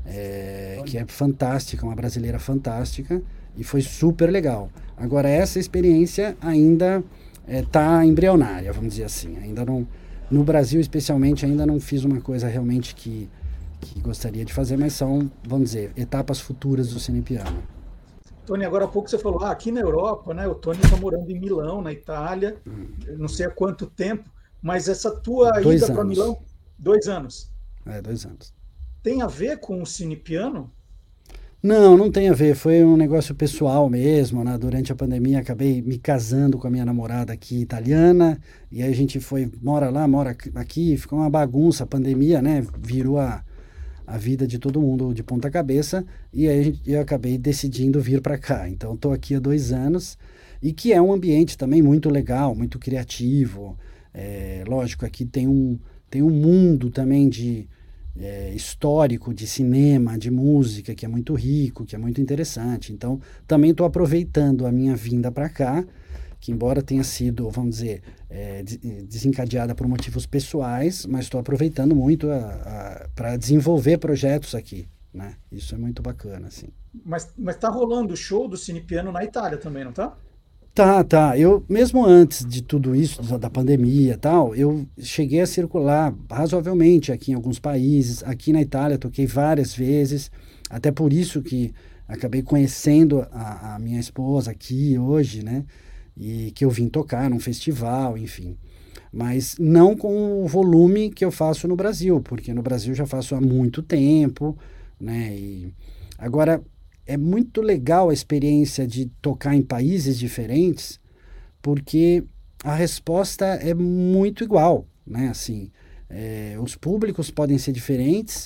é, que é fantástica, uma brasileira fantástica, e foi super legal. Agora, essa experiência ainda está é, embrionária, vamos dizer assim. Ainda não, no Brasil, especialmente, ainda não fiz uma coisa realmente que, que gostaria de fazer, mas são, vamos dizer, etapas futuras do Cinepiano. Tony, agora há pouco você falou, ah, aqui na Europa, né? O Tony está morando em Milão, na Itália, hum. não sei há quanto tempo, mas essa tua dois ida para Milão, dois anos. É, dois anos. Tem a ver com o Cinepiano? Não, não tem a ver. Foi um negócio pessoal mesmo, né? Durante a pandemia acabei me casando com a minha namorada aqui italiana, e aí a gente foi, mora lá, mora aqui, ficou uma bagunça, a pandemia, né? Virou a, a vida de todo mundo de ponta cabeça, e aí a gente, eu acabei decidindo vir para cá. Então estou aqui há dois anos, e que é um ambiente também muito legal, muito criativo. É, lógico, aqui tem um, tem um mundo também de... É, histórico de cinema, de música, que é muito rico, que é muito interessante. Então, também estou aproveitando a minha vinda para cá, que embora tenha sido, vamos dizer, é, desencadeada por motivos pessoais, mas estou aproveitando muito para desenvolver projetos aqui, né? Isso é muito bacana, assim. Mas, mas tá rolando o show do Cinepiano na Itália também, não tá? Tá, tá. Eu, mesmo antes de tudo isso, da pandemia e tal, eu cheguei a circular razoavelmente aqui em alguns países. Aqui na Itália toquei várias vezes, até por isso que acabei conhecendo a, a minha esposa aqui hoje, né? E que eu vim tocar num festival, enfim. Mas não com o volume que eu faço no Brasil, porque no Brasil já faço há muito tempo, né? E agora... É muito legal a experiência de tocar em países diferentes, porque a resposta é muito igual, né? Assim, é, os públicos podem ser diferentes,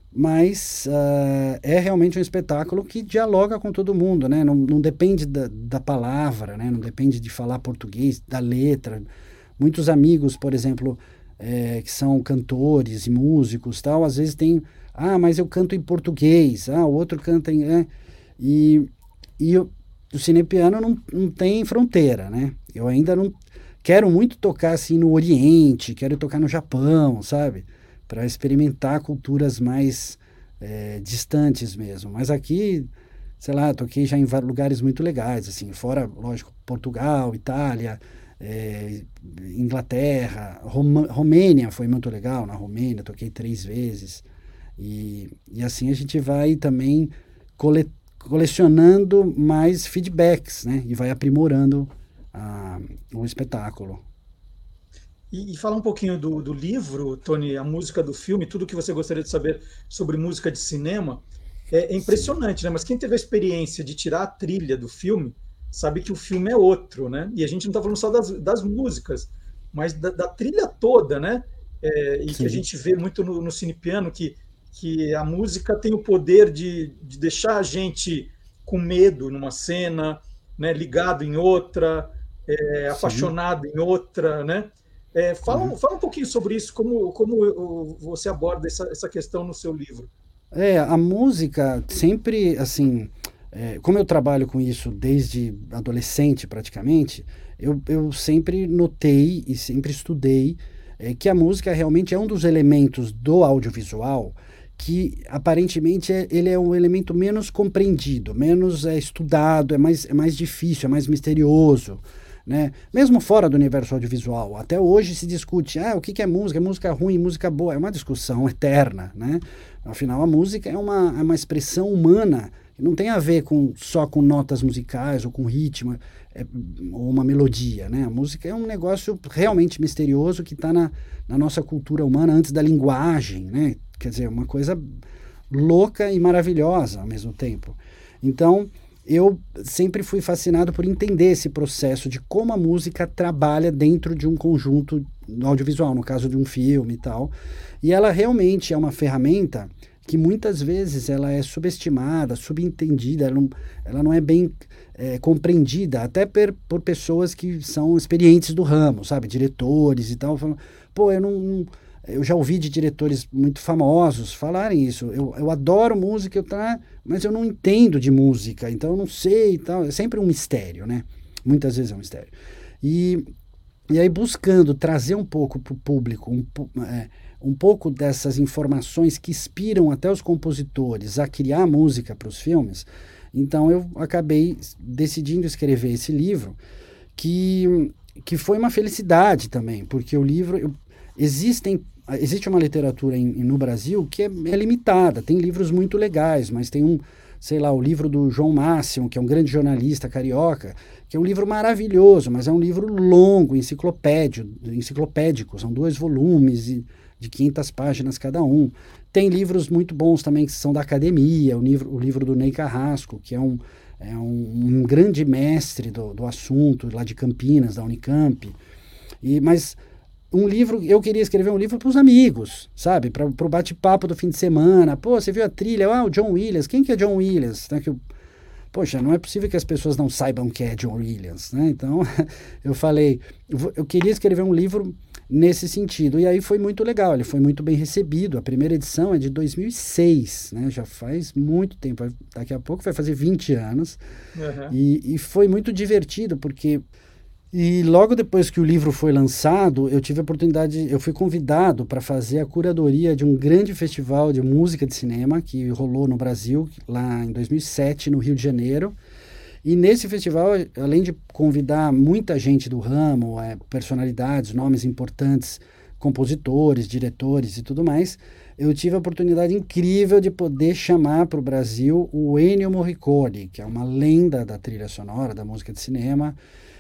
mas uh, é realmente um espetáculo que dialoga com todo mundo, né? Não, não depende da, da palavra, né? Não depende de falar português, da letra. Muitos amigos, por exemplo, é, que são cantores e músicos, tal, às vezes tem, ah, mas eu canto em português, ah, o outro canta em... É, E, e eu, o Cinepiano não, não tem fronteira, né? Eu ainda não quero muito tocar assim no Oriente, quero tocar no Japão, sabe? Para experimentar culturas mais é, distantes mesmo. Mas aqui, sei lá, toquei já em vários lugares muito legais, assim, fora, lógico, Portugal, Itália, é, Inglaterra, Roma, Romênia foi muito legal, na Romênia toquei três vezes. E, e assim a gente vai também cole, colecionando mais feedbacks, né? E vai aprimorando a, o espetáculo. E, e falar um pouquinho do, do livro, Tony, a música do filme, tudo que você gostaria de saber sobre música de cinema, é, é impressionante, né? Mas quem teve a experiência de tirar a trilha do filme, sabe que o filme é outro, né? E a gente não está falando só das, das músicas, mas da, da trilha toda, né? É, e Sim. que a gente vê muito no, no Cinepiano, que, que a música tem o poder de, de deixar a gente com medo numa cena, né? Ligado em outra, é, apaixonado em outra, né? É, fala, uhum. fala um pouquinho sobre isso, como, como você aborda essa, essa questão no seu livro. É, a música sempre, assim, é, como eu trabalho com isso desde adolescente praticamente, eu, eu sempre notei e sempre estudei é, que a música realmente é um dos elementos do audiovisual que aparentemente é, ele é um elemento menos compreendido, menos é, estudado, é mais, é mais difícil, é mais misterioso. Né? Mesmo fora do universo audiovisual, até hoje se discute ah, o que, que é música, é música ruim, música boa, é uma discussão eterna, né? Afinal, a música é uma, é uma expressão humana, que não tem a ver com, só com notas musicais ou com ritmo, é, ou uma melodia, né? A música é um negócio realmente misterioso que está na, na nossa cultura humana antes da linguagem, né? Quer dizer, uma coisa louca e maravilhosa ao mesmo tempo. Então, eu sempre fui fascinado por entender esse processo de como a música trabalha dentro de um conjunto audiovisual, no caso de um filme e tal. E ela realmente é uma ferramenta que muitas vezes ela é subestimada, subentendida, ela não, ela não é bem é, compreendida, até per, por pessoas que são experientes do ramo, sabe? Diretores e tal. Falam, pô, eu não... não eu já ouvi de diretores muito famosos falarem isso. Eu, eu adoro música, eu tá, mas eu não entendo de música, então eu não sei e tal. É sempre um mistério, né? Muitas vezes é um mistério. E, e aí buscando trazer um pouco para o público, um, é, um pouco dessas informações que inspiram até os compositores a criar música para os filmes, então eu acabei decidindo escrever esse livro, que, que foi uma felicidade também, porque o livro... Eu, existem Existe uma literatura em, no Brasil que é, é limitada, tem livros muito legais, mas tem um, sei lá, o livro do João Máximo, que é um grande jornalista carioca, que é um livro maravilhoso, mas é um livro longo, enciclopédio, enciclopédico, são dois volumes de, de quinhentas páginas cada um. Tem livros muito bons também que são da academia, o livro, o livro do Ney Carrasco, que é um, é um, um grande mestre do, do assunto, lá de Campinas, da Unicamp, e, mas... Um livro, eu queria escrever um livro para os amigos, sabe? Para o bate-papo do fim de semana. Pô, você viu a trilha? Ah, o John Williams. Quem que é John Williams? Né? Que eu, poxa, não é possível que as pessoas não saibam quem é John Williams, né? Então, eu falei, eu queria escrever um livro nesse sentido. E aí foi muito legal, ele foi muito bem recebido. A primeira edição é de dois mil e seis, né? Já faz muito tempo. Daqui a pouco vai fazer vinte anos. Uhum. E, e foi muito divertido, porque... E logo depois que o livro foi lançado, eu tive a oportunidade, eu fui convidado para fazer a curadoria de um grande festival de música de cinema que rolou no Brasil, lá em dois mil e sete, no Rio de Janeiro. E nesse festival, além de convidar muita gente do ramo, é, personalidades, nomes importantes, compositores, diretores e tudo mais, eu tive a oportunidade incrível de poder chamar para o Brasil o Ennio Morricone, que é uma lenda da trilha sonora, da música de cinema.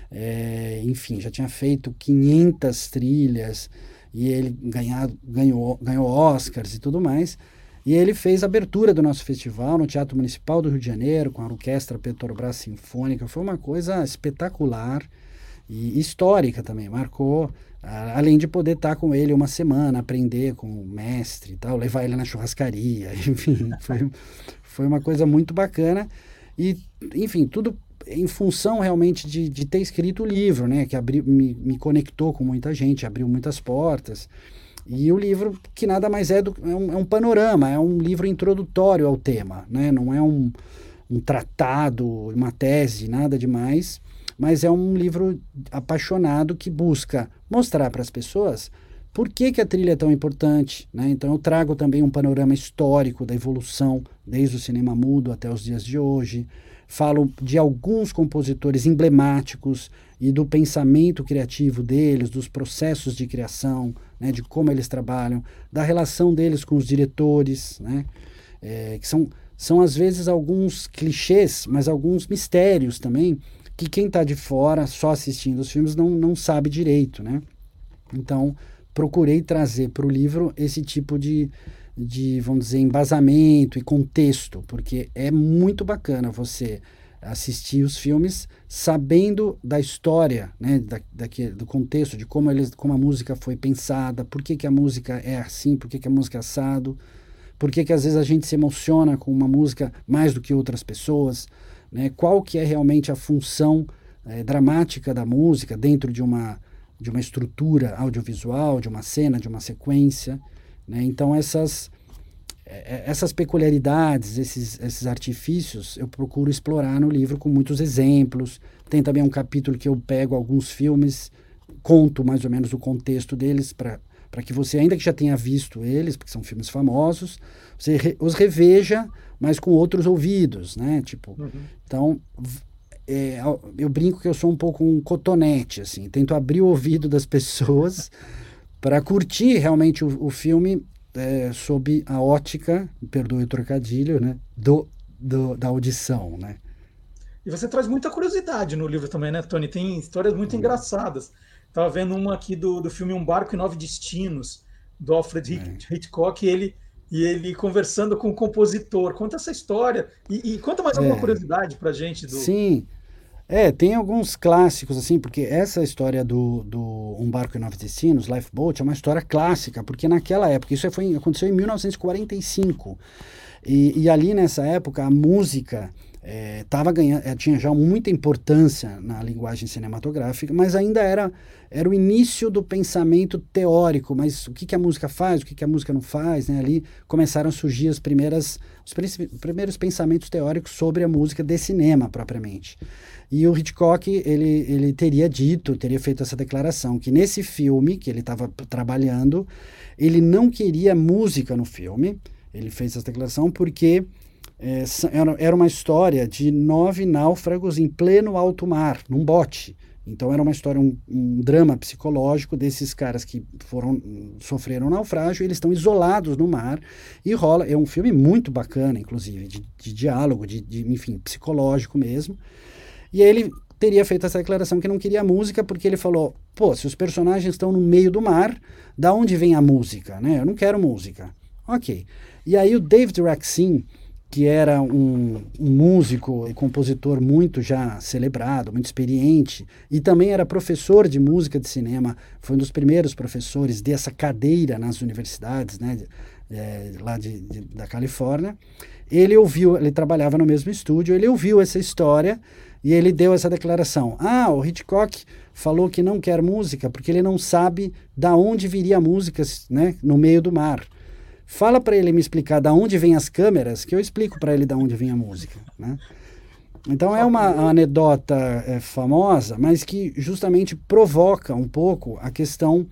É, enfim, já tinha feito quinhentas trilhas e ele ganhado, ganhou, ganhou Oscars e tudo mais. E ele fez a abertura do nosso festival no Teatro Municipal do Rio de Janeiro, com a Orquestra Petrobras Sinfônica. Foi uma coisa espetacular e histórica também, marcou, a, além de poder estar com ele uma semana, aprender com o mestre e tal, levar ele na churrascaria, enfim, foi, foi uma coisa muito bacana. E, enfim, tudo em função realmente de, de ter escrito o livro, né, que abriu, me, me conectou com muita gente, abriu muitas portas. E o livro, que nada mais é do é um, é um panorama, é um livro introdutório ao tema, né, não é um, um tratado, uma tese, nada demais, mas é um livro apaixonado que busca mostrar para as pessoas por que, que a trilha é tão importante, né? Então eu trago também um panorama histórico da evolução desde o cinema mudo até os dias de hoje, falo de alguns compositores emblemáticos e do pensamento criativo deles, dos processos de criação, né? De como eles trabalham, da relação deles com os diretores, né? É, que são, são às vezes alguns clichês, mas alguns mistérios também, que quem está de fora, só assistindo os filmes, não, não sabe direito, né? Então, procurei trazer para o livro esse tipo de, de, vamos dizer, embasamento e contexto, porque é muito bacana você assistir os filmes sabendo da história, né, da, daqui, do contexto, de como, eles, como a música foi pensada, por que, que a música é assim, por que, que a música é assado, por que, que às vezes a gente se emociona com uma música mais do que outras pessoas, né, qual que é realmente a função é, dramática da música dentro de uma de uma estrutura audiovisual, de uma cena, de uma sequência, né? Então essas, essas peculiaridades, esses, esses artifícios, eu procuro explorar no livro com muitos exemplos. Tem também um capítulo que eu pego alguns filmes, conto mais ou menos o contexto deles, para para que você, ainda que já tenha visto eles, porque são filmes famosos, você re, os reveja, mas com outros ouvidos, né? Tipo, uhum. Então... É, eu brinco que eu sou um pouco um cotonete, assim, tento abrir o ouvido das pessoas para curtir realmente o, o filme é, sob a ótica, perdoe o trocadilho, né, do, do, da audição, né. E você traz muita curiosidade no livro também, né, Tony? Tem histórias muito hum. engraçadas. Estava vendo uma aqui do, do filme Um Barco e Nove Destinos, do Alfred é. Hitchcock, e ele, e ele conversando com o compositor. Conta essa história e, e conta mais alguma é. curiosidade para a gente. Do... Sim. É, tem alguns clássicos, assim, porque essa história do, do Um Barco e Nove Destinos, Lifeboat, é uma história clássica, porque naquela época, isso foi, aconteceu em mil novecentos e quarenta e cinco, e, e ali nessa época a música estava é, ganhando, é, tinha já muita importância na linguagem cinematográfica, mas ainda era, era o início do pensamento teórico, mas o que, que a música faz, o que, que a música não faz, né? Ali começaram a surgir as primeiras, os primeiros pensamentos teóricos sobre a música de cinema, propriamente. E o Hitchcock, ele, ele teria dito, teria feito essa declaração, que nesse filme que ele estava trabalhando, ele não queria música no filme, ele fez essa declaração porque é, era uma história de nove náufragos em pleno alto mar, num bote. Então era uma história, um, um drama psicológico desses caras que foram, sofreram naufrágio, eles estão isolados no mar, e rola, é um filme muito bacana, inclusive, de, de diálogo, de, de, enfim, psicológico mesmo. E aí ele teria feito essa declaração que não queria música, porque ele falou, pô, se os personagens estão no meio do mar, da onde vem a música, né? Eu não quero música. Ok. E aí o David Raksin, que era um, um músico e compositor muito já celebrado, muito experiente, e também era professor de música de cinema, foi um dos primeiros professores dessa cadeira nas universidades, né, é, lá de, de, da Califórnia. Ele ouviu, ele trabalhava no mesmo estúdio, ele ouviu essa história e ele deu essa declaração. Ah, o Hitchcock falou que não quer música porque ele não sabe da onde viria a música, né, no meio do mar. Fala para ele me explicar da onde vêm as câmeras, que eu explico para ele da onde vem a música, né? Então é uma, uma anedota é, famosa, mas que justamente provoca um pouco a questão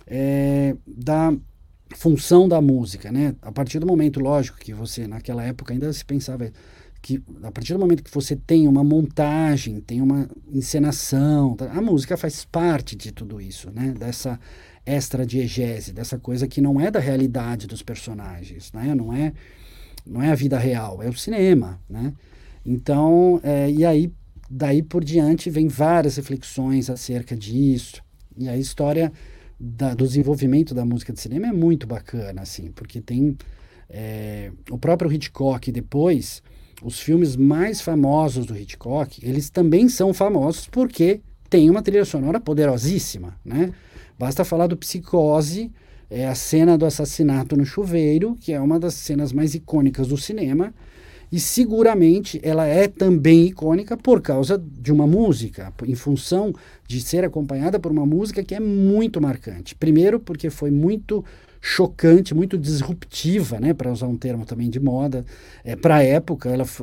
é, da função da música, né? A partir do momento, lógico, que você, naquela época, ainda se pensava que a partir do momento que você tem uma montagem, tem uma encenação, a música faz parte de tudo isso, né? Dessa extra-diegese, dessa coisa que não é da realidade dos personagens, né? Não é, não é a vida real, é o cinema, né? Então, é, e aí, daí por diante, vem várias reflexões acerca disso, e a história da, do desenvolvimento da música de cinema é muito bacana, assim, porque tem é, o próprio Hitchcock depois, os filmes mais famosos do Hitchcock, eles também são famosos porque tem uma trilha sonora poderosíssima, né? Basta falar do Psicose, é a cena do assassinato no chuveiro, que é uma das cenas mais icônicas do cinema, e seguramente ela é também icônica por causa de uma música, em função de ser acompanhada por uma música que é muito marcante. Primeiro porque foi muito chocante, muito disruptiva, né, para usar um termo também de moda, é, para a época. Ela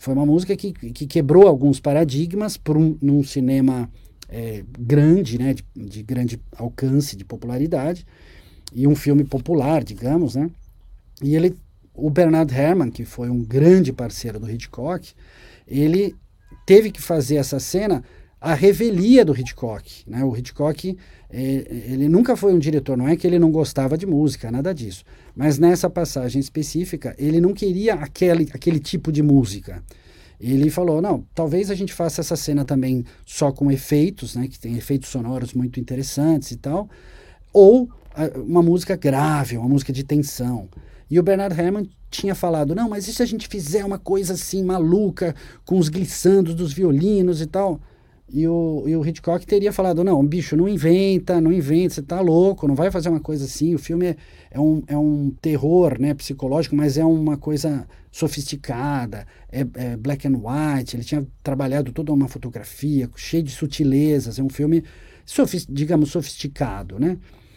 Foi uma música que, que quebrou alguns paradigmas por um, num cinema é, grande, né, de, de grande alcance, de popularidade, e um filme popular, digamos, né? E ele, o Bernard Herrmann, que foi um grande parceiro do Hitchcock, ele teve que fazer essa cena à revelia do Hitchcock, né? O Hitchcock, é, ele nunca foi um diretor, não é que ele não gostava de música, nada disso, mas nessa passagem específica, ele não queria aquele, aquele tipo de música. Ele falou, não, talvez a gente faça essa cena também só com efeitos, né, que tem efeitos sonoros muito interessantes e tal, ou a, uma música grave, uma música de tensão. E o Bernard Herrmann tinha falado, não, mas e se a gente fizer uma coisa assim maluca, com os glissandos dos violinos e tal? E o, e o Hitchcock teria falado, não, bicho, não inventa, não inventa, você tá louco, não vai fazer uma coisa assim. O filme é, é, um, é um terror, né, psicológico, mas é uma coisa sofisticada, é, é black and white, ele tinha trabalhado toda uma fotografia cheia de sutilezas, é um filme, sofis, digamos, sofisticado, né?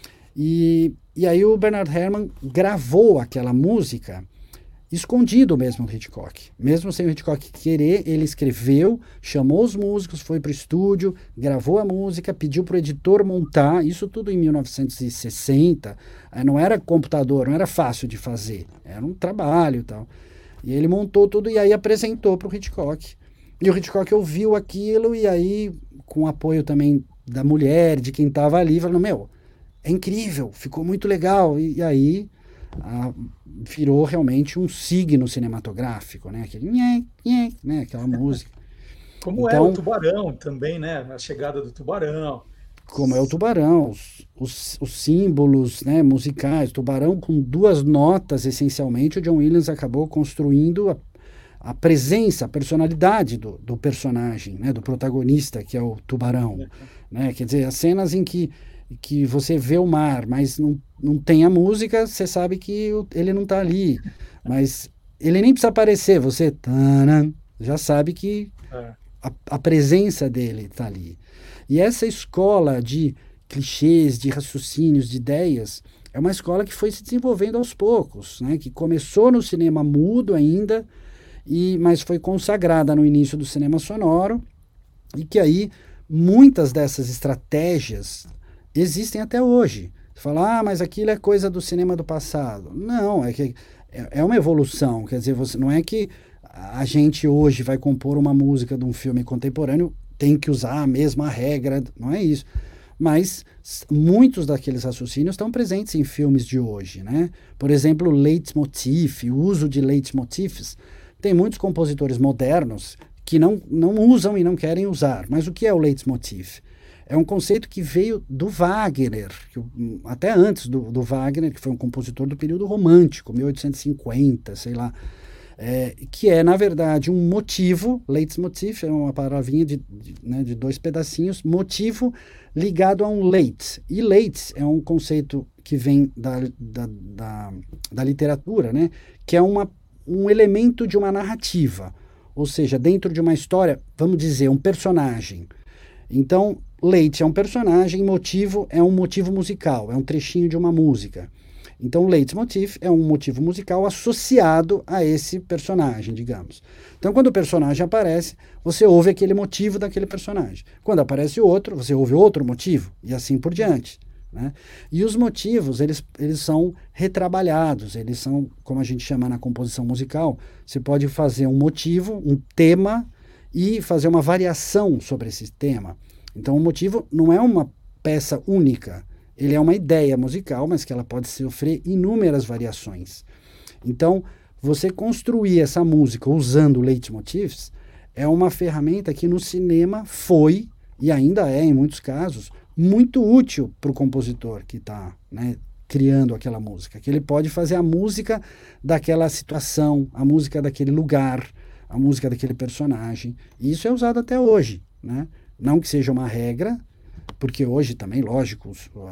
E, e aí o Bernard Herrmann gravou aquela música escondido mesmo do Hitchcock. Mesmo sem o Hitchcock querer, ele escreveu, chamou os músicos, foi para o estúdio, gravou a música, pediu para o editor montar, isso tudo em mil novecentos e sessenta, não era computador, não era fácil de fazer, era um trabalho e tal. E ele montou tudo e aí apresentou para o Hitchcock. E o Hitchcock ouviu aquilo e aí, com o apoio também da mulher, de quem estava ali, falou, meu, é incrível, ficou muito legal. E, e aí a, virou realmente um signo cinematográfico, né? Aquele nhé, nhé, né? Aquela música. Como então, é o Tubarão também, né? A chegada do Tubarão. Como é o Tubarão, os, os, os símbolos, né, musicais. Tubarão com duas notas, essencialmente, o John Williams acabou construindo a, a presença, a personalidade do, do personagem, né, do protagonista, que é o Tubarão. Uhum. Né? Quer dizer, as cenas em que que você vê o mar, mas não, não tem a música, você sabe que ele não está ali. Mas ele nem precisa aparecer, você tanan, já sabe que é. a, a presença dele está ali. E essa escola de clichês, de raciocínios, de ideias, é uma escola que foi se desenvolvendo aos poucos, né? Que começou no cinema mudo ainda, e, mas foi consagrada no início do cinema sonoro, e que aí muitas dessas estratégias existem até hoje. Você fala, ah, mas aquilo é coisa do cinema do passado. Não, é que é uma evolução. Quer dizer, você, não é que a gente hoje vai compor uma música de um filme contemporâneo, tem que usar a mesma regra, não é isso. Mas muitos daqueles raciocínios estão presentes em filmes de hoje, né? Por exemplo, leitmotiv, o uso de leitmotivs. Tem muitos compositores modernos que não, não usam e não querem usar. Mas o que é o leitmotiv? É um conceito que veio do Wagner, que, até antes do, do Wagner, que foi um compositor do período romântico, mil oitocentos e cinquenta, sei lá, é, que é, na verdade, um motivo, leitmotiv, é uma palavrinha de, de, né, de dois pedacinhos, motivo ligado a um leit. E leit é um conceito que vem da, da, da, da literatura, né, que é uma, um elemento de uma narrativa, ou seja, dentro de uma história, vamos dizer, um personagem. Então, leit é um personagem, motivo é um motivo musical, é um trechinho de uma música. Então, leitmotiv é um motivo musical associado a esse personagem, digamos. Então, quando o personagem aparece, você ouve aquele motivo daquele personagem. Quando aparece outro, você ouve outro motivo, e assim por diante. Né? E os motivos, eles, eles são retrabalhados, eles são, como a gente chama na composição musical, você pode fazer um motivo, um tema, e fazer uma variação sobre esse tema. Então, o motivo não é uma peça única, ele é uma ideia musical, mas que ela pode sofrer inúmeras variações. Então, você construir essa música usando leitmotivs é uma ferramenta que no cinema foi, e ainda é em muitos casos, muito útil para o compositor que está, né, criando aquela música, que ele pode fazer a música daquela situação, a música daquele lugar, a música daquele personagem. E isso é usado até hoje, né? Não que seja uma regra, porque hoje também, lógico, a,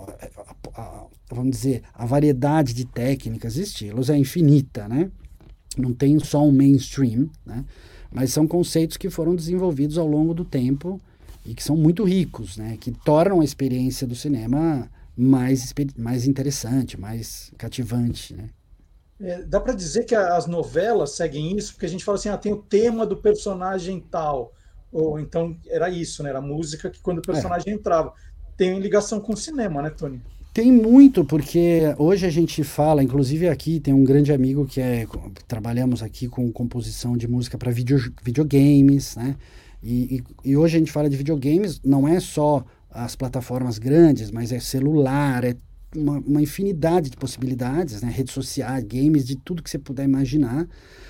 a, a, vamos dizer, a variedade de técnicas e estilos é infinita, né? Não tem só um mainstream, né? Mas são conceitos que foram desenvolvidos ao longo do tempo e que são muito ricos, né? Que tornam a experiência do cinema mais, mais interessante, mais cativante, né? É, dá para dizer que as novelas seguem isso, porque a gente fala assim, ah, tem o tema do personagem tal, ou então era isso, né? Era a música que quando o É. personagem entrava. Tem ligação com o cinema, né, Tony? Tem muito, porque hoje a gente fala, inclusive aqui tem um grande amigo que é, trabalhamos aqui com composição de música para video, videogames, né? E, e, e hoje a gente fala de videogames, não é só as plataformas grandes, mas é celular, é uma, uma infinidade de possibilidades, né? Redes sociais, games, de tudo que você puder imaginar.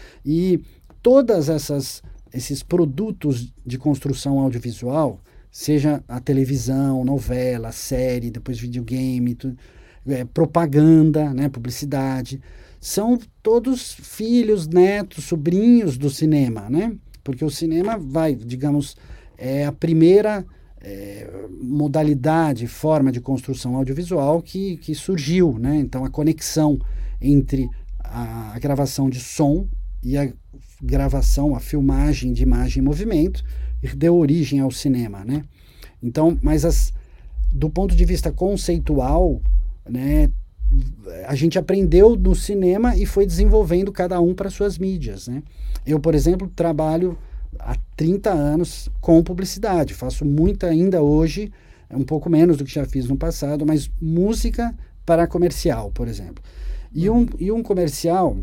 E todas essas esses produtos de construção audiovisual, seja a televisão, novela, série, depois videogame, tudo, é, propaganda, né, publicidade, são todos filhos, netos, sobrinhos do cinema, né? Porque o cinema vai, digamos, é a primeira é, modalidade, forma de construção audiovisual que, que surgiu, né? Então a conexão entre a, a gravação de som e a gravação, a filmagem de imagem em movimento, deu origem ao cinema, né? Então, mas as, do ponto de vista conceitual, né, a gente aprendeu no cinema e foi desenvolvendo cada um para suas mídias, né? Eu, por exemplo, trabalho há trinta anos com publicidade, faço muita ainda hoje, um pouco menos do que já fiz no passado, mas música para comercial, por exemplo. E um, e um comercial,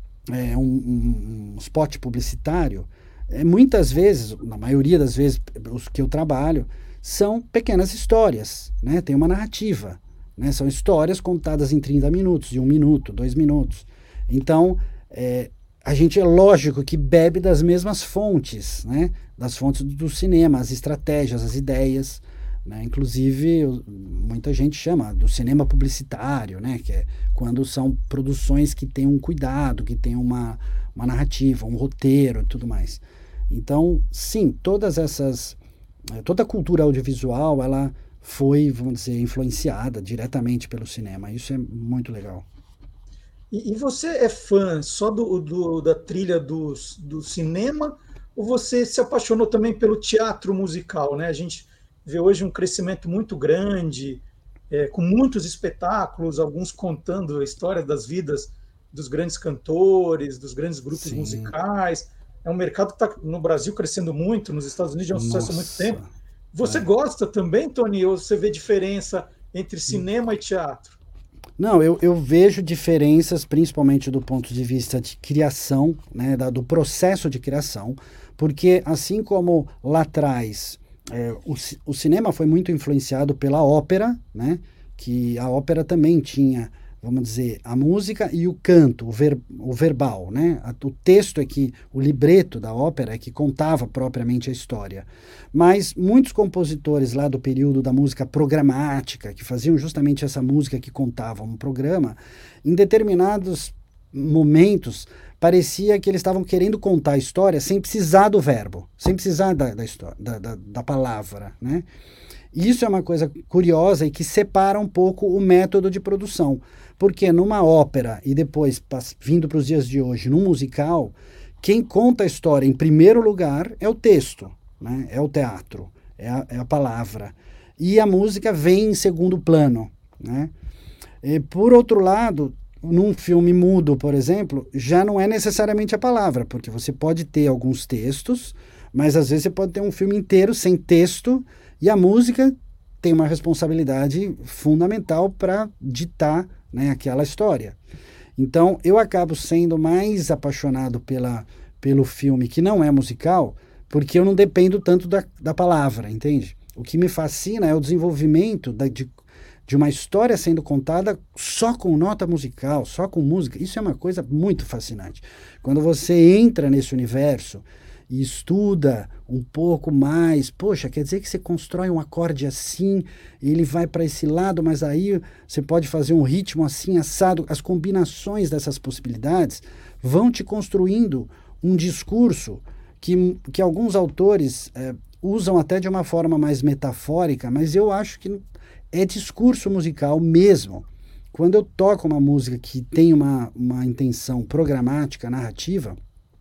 é, um, um, um spot publicitário, é, muitas vezes, na maioria das vezes os que eu trabalho, são pequenas histórias, né? Tem uma narrativa, né? São histórias contadas em trinta minutos, de um minuto, dois minutos. Então, é, a gente é lógico que bebe das mesmas fontes, né? Das fontes do, do cinema, as estratégias, as ideias, né? Inclusive, muita gente chama do cinema publicitário, né? Que é quando são produções que têm um cuidado, que têm uma, uma narrativa, um roteiro e tudo mais. Então, sim, todas essas... Toda a cultura audiovisual, ela foi, vamos dizer, influenciada diretamente pelo cinema. Isso é muito legal. E, e você é fã só do, do, da trilha do, do cinema ou você se apaixonou também pelo teatro musical, né? A gente vê hoje um crescimento muito grande, é, com muitos espetáculos, alguns contando a história das vidas dos grandes cantores, dos grandes grupos Sim. musicais. É um mercado que está no Brasil crescendo muito, nos Estados Unidos é um sucesso há muito tempo. Você é. gosta também, Tony, ou você vê diferença entre cinema e teatro? Não, eu, eu vejo diferenças, principalmente do ponto de vista de criação, né, da, do processo de criação, porque assim como lá atrás é, o, o cinema foi muito influenciado pela ópera, né, que a ópera também tinha, vamos dizer, a música e o canto, o, ver, o verbal, né? O texto é que, o libreto da ópera é que contava propriamente a história. Mas muitos compositores lá do período da música programática, que faziam justamente essa música que contava um programa, em determinados momentos, parecia que eles estavam querendo contar a história sem precisar do verbo, sem precisar da, da, história, da, da, da palavra, né? Isso é uma coisa curiosa e que separa um pouco o método de produção. Porque numa ópera e depois, vindo para os dias de hoje, num musical, quem conta a história em primeiro lugar é o texto, né? É o teatro, é a, é a palavra. E a música vem em segundo plano, né? E, por outro lado, num filme mudo, por exemplo, já não é necessariamente a palavra, porque você pode ter alguns textos, mas às vezes você pode ter um filme inteiro sem texto. E a música tem uma responsabilidade fundamental para ditar, né, aquela história. Então, eu acabo sendo mais apaixonado pela, pelo filme que não é musical, porque eu não dependo tanto da, da palavra, entende? O que me fascina é o desenvolvimento da, de, de uma história sendo contada só com nota musical, só com música. Isso é uma coisa muito fascinante. Quando você entra nesse universo e estuda um pouco mais, poxa, quer dizer que você constrói um acorde assim, ele vai para esse lado, mas aí você pode fazer um ritmo assim, assado. As combinações dessas possibilidades vão te construindo um discurso que, que alguns autores é, usam até de uma forma mais metafórica, mas eu acho que é discurso musical mesmo. Quando eu toco uma música que tem uma, uma intenção programática, narrativa,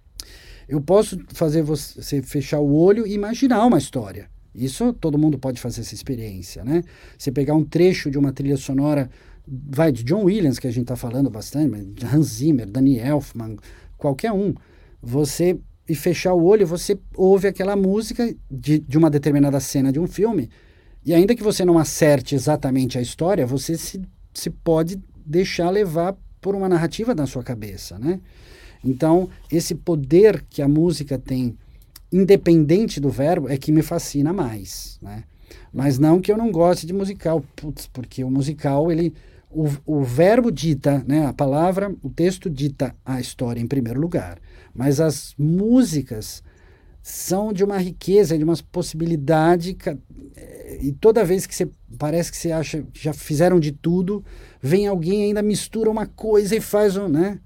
eu posso fazer você fechar o olho e imaginar uma história. Isso todo mundo pode fazer essa experiência, né? Você pegar um trecho de uma trilha sonora vai de John Williams, que a gente está falando bastante, mas Hans Zimmer, Danny Elfman, qualquer um, você e fechar o olho, você ouve aquela música de, de uma determinada cena de um filme, e ainda que você não acerte exatamente a história, você se, se pode deixar levar por uma narrativa na sua cabeça, né? Então, esse poder que a música tem, independente do verbo, é que me fascina mais, né? Mas não que eu não goste de musical, putz, porque o musical, ele, o, o verbo dita, né, a palavra, o texto dita a história em primeiro lugar, mas as músicas são de uma riqueza, de uma possibilidade, e toda vez que você, parece que você acha que já fizeram de tudo, vem alguém e ainda mistura uma coisa e faz um, né?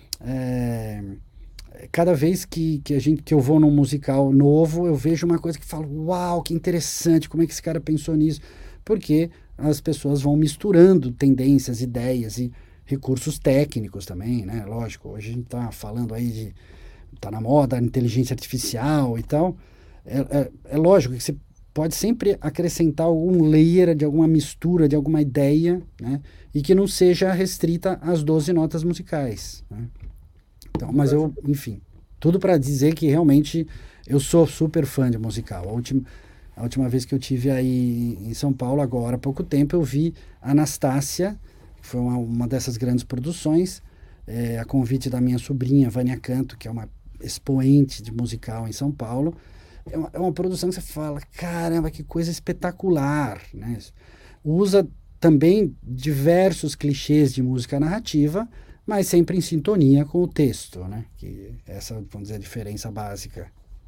É, cada vez que, que, a gente, que eu vou num musical novo, eu vejo uma coisa que falo, uau, que interessante, como é que esse cara pensou nisso? Porque as pessoas vão misturando tendências, ideias e recursos técnicos também, né? Lógico, hoje a gente está falando aí de, tá na moda, inteligência artificial e tal. É, é, é lógico que você pode sempre acrescentar algum layer de alguma mistura, de alguma ideia, né? E que não seja restrita às doze notas musicais, né? Então, mas eu, enfim, tudo para dizer que realmente eu sou super fã de musical. A última, a última vez que eu tive aí em São Paulo, agora há pouco tempo, eu vi Anastácia, que foi uma, uma dessas grandes produções, é, a convite da minha sobrinha, Vânia Canto, que é uma expoente de musical em São Paulo. É uma, é uma produção que você fala, caramba, que coisa espetacular, né? Usa também diversos clichês de música narrativa, mas sempre em sintonia com o texto, né? Que essa, vamos dizer, a diferença básica.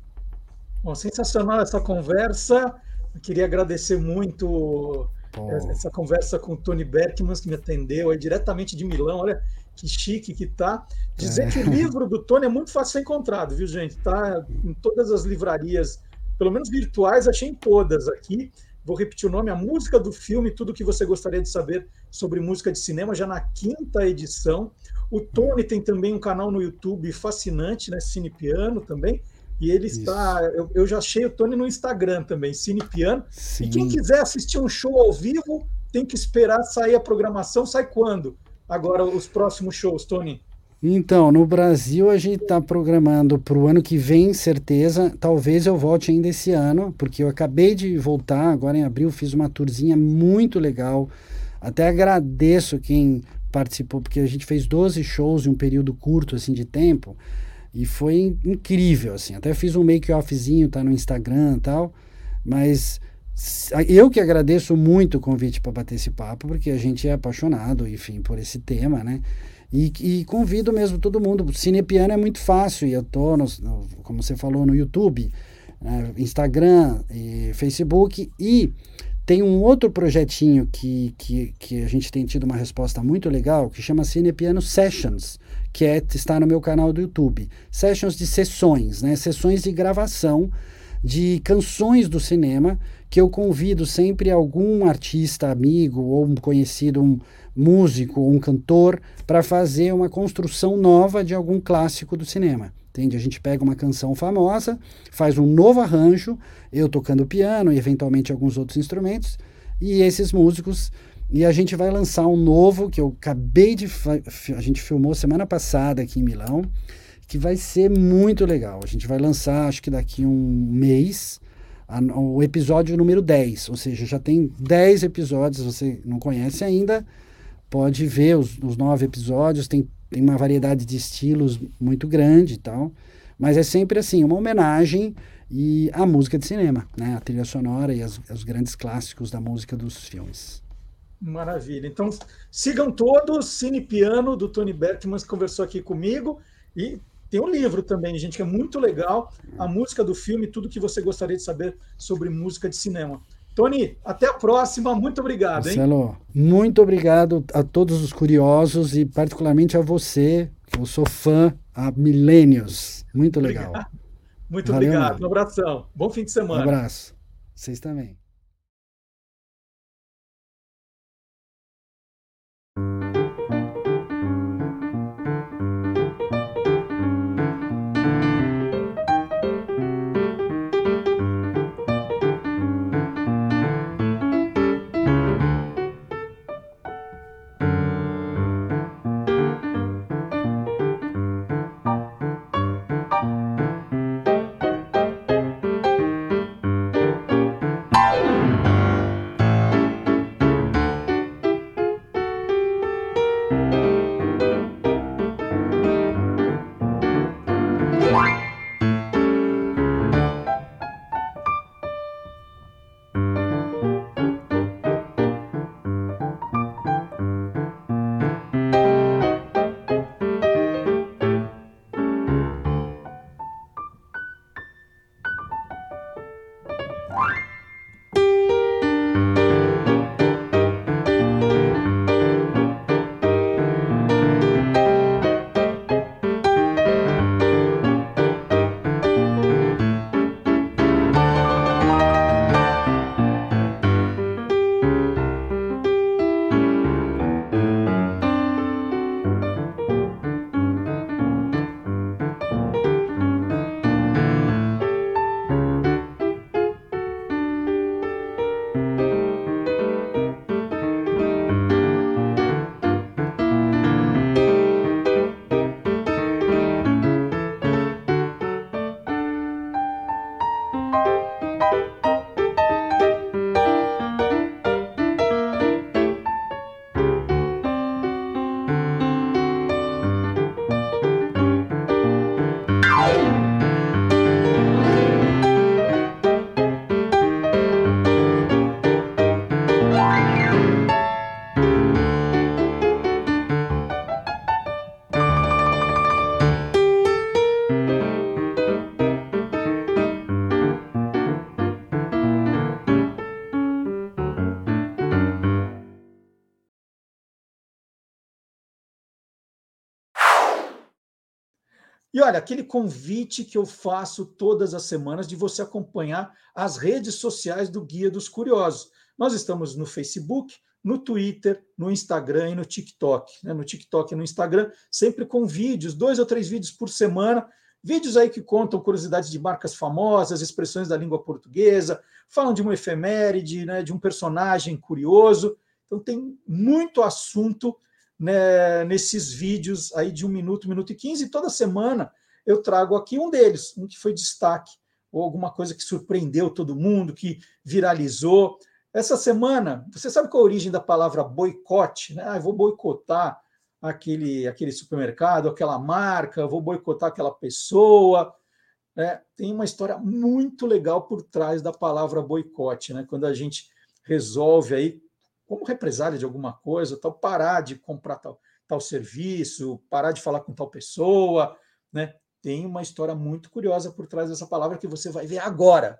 Bom, sensacional essa conversa. Eu queria agradecer muito Pô. essa conversa com o Tony Berkman, que me atendeu aí diretamente de Milão. Olha que chique que tá. Dizer é. que o livro do Tony é muito fácil de ser encontrado, viu, gente? Tá em todas as livrarias, pelo menos virtuais, achei em todas aqui. Vou repetir o nome, A Música do Filme, tudo que você gostaria de saber sobre música de cinema, já na quinta edição. O Tony tem também um canal no YouTube fascinante, né? Cine Piano também. E ele Isso. está... Eu, eu já achei o Tony no Instagram também, Cine Piano. Sim. E quem quiser assistir um show ao vivo, tem que esperar sair a programação. Sai quando? Agora, os próximos shows, Tony? Então, no Brasil a gente está programando para o ano que vem, certeza. Talvez eu volte ainda esse ano, porque eu acabei de voltar, agora em abril, fiz uma tourzinha muito legal. Até agradeço quem participou, porque a gente fez doze shows em um período curto assim, de tempo, e foi incrível. Assim. Até fiz um make-offzinho, tá no Instagram e tal, mas eu que agradeço muito o convite para bater esse papo, porque a gente é apaixonado, enfim, por esse tema, né? E, e convido mesmo todo mundo. Cine Piano é muito fácil, e eu tô, no, no, como você falou, no YouTube, né, Instagram e Facebook, e tem um outro projetinho que, que, que a gente tem tido uma resposta muito legal, que chama Cine Piano Sessions, que é, está no meu canal do YouTube. Sessions de sessões, né, sessões de gravação de canções do cinema, que eu convido sempre algum artista amigo ou um conhecido, um músico, um cantor, para fazer uma construção nova de algum clássico do cinema. Entende? A gente pega uma canção famosa, faz um novo arranjo, eu tocando piano e eventualmente alguns outros instrumentos, e esses músicos, e a gente vai lançar um novo, que eu acabei de... a gente filmou semana passada aqui em Milão, que vai ser muito legal. A gente vai lançar, acho que daqui um mês, a, o episódio número dez, ou seja, já tem dez episódios, se você não conhece ainda, pode ver os, os nove episódios, tem, tem uma variedade de estilos muito grande e tal, mas é sempre assim, uma homenagem e à música de cinema, né? A trilha sonora e as, os grandes clássicos da música dos filmes. Maravilha. Então, sigam todos, Cine Piano, do Tony Berkman, que conversou aqui comigo, e tem um livro também, gente, que é muito legal, A Música do Filme, tudo que você gostaria de saber sobre música de cinema. Tony, até a próxima, muito obrigado. Marcelo, hein? Muito obrigado a todos os curiosos e particularmente a você, que eu sou fã há milênios. Muito legal. Obrigado. Muito Valeu, obrigado, mano. Um abração. Bom fim de semana. Um abraço. Vocês também. E olha, aquele convite que eu faço todas as semanas de você acompanhar as redes sociais do Guia dos Curiosos. Nós estamos no Facebook, no Twitter, no Instagram e no TikTok. Né? No TikTok e no Instagram, sempre com vídeos, dois ou três vídeos por semana, vídeos aí que contam curiosidades de marcas famosas, expressões da língua portuguesa, falam de uma efeméride, né, de um personagem curioso. Então tem muito assunto, né, nesses vídeos aí de um minuto, um minuto e quinze, e toda semana eu trago aqui um deles, um que foi destaque, ou alguma coisa que surpreendeu todo mundo, que viralizou. Essa semana, você sabe qual a origem da palavra boicote? Né? Ah, eu vou boicotar aquele, aquele supermercado, aquela marca, eu vou boicotar aquela pessoa. Né? Tem uma história muito legal por trás da palavra boicote, né? Quando a gente resolve aí, como represália de alguma coisa, tal, parar de comprar tal, tal serviço, parar de falar com tal pessoa, né? Tem uma história muito curiosa por trás dessa palavra que você vai ver agora.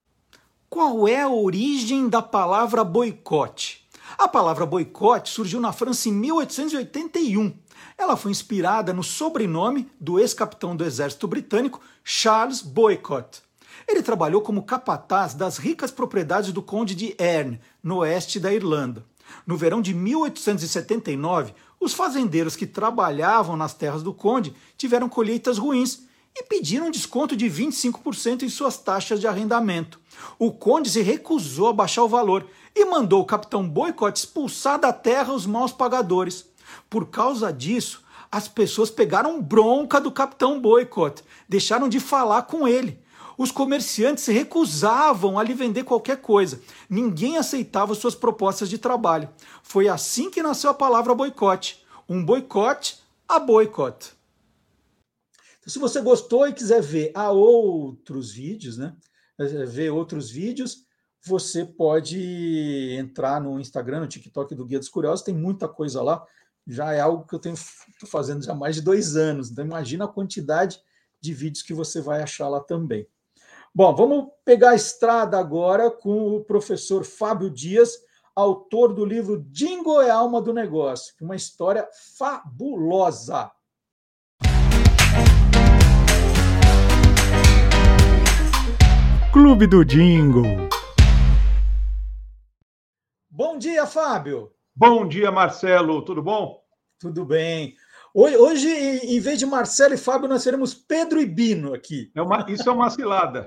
Qual é a origem da palavra boicote? A palavra boicote surgiu na França em mil oitocentos e oitenta e um. Ela foi inspirada no sobrenome do ex-capitão do exército britânico Charles Boycott. Ele trabalhou como capataz das ricas propriedades do conde de Erne, no oeste da Irlanda. No verão de mil oitocentos e setenta e nove, os fazendeiros que trabalhavam nas terras do conde tiveram colheitas ruins e pediram um desconto de vinte e cinco por cento em suas taxas de arrendamento. O conde se recusou a baixar o valor e mandou o capitão Boycott expulsar da terra os maus pagadores. Por causa disso, as pessoas pegaram bronca do capitão Boycott, deixaram de falar com ele. Os comerciantes se recusavam a lhe vender qualquer coisa. Ninguém aceitava suas propostas de trabalho. Foi assim que nasceu a palavra boicote. Um boicote a boicote. Então, se você gostou e quiser ver a outros vídeos, né? Ver outros vídeos, você pode entrar no Instagram, no TikTok do Guia dos Curiosos. Tem muita coisa lá. Já é algo que eu tenho tô fazendo já há mais de dois anos. Então, imagina a quantidade de vídeos que você vai achar lá também. Bom, vamos pegar a estrada agora com o professor Fábio Dias, autor do livro Jingle é a Alma do Negócio, uma história fabulosa. Clube do Jingle. Bom dia, Fábio. Bom dia, Marcelo. Tudo bom? Tudo bem. Hoje, em vez de Marcelo e Fábio, nós teremos Pedro e Bino aqui. É uma, isso é uma cilada.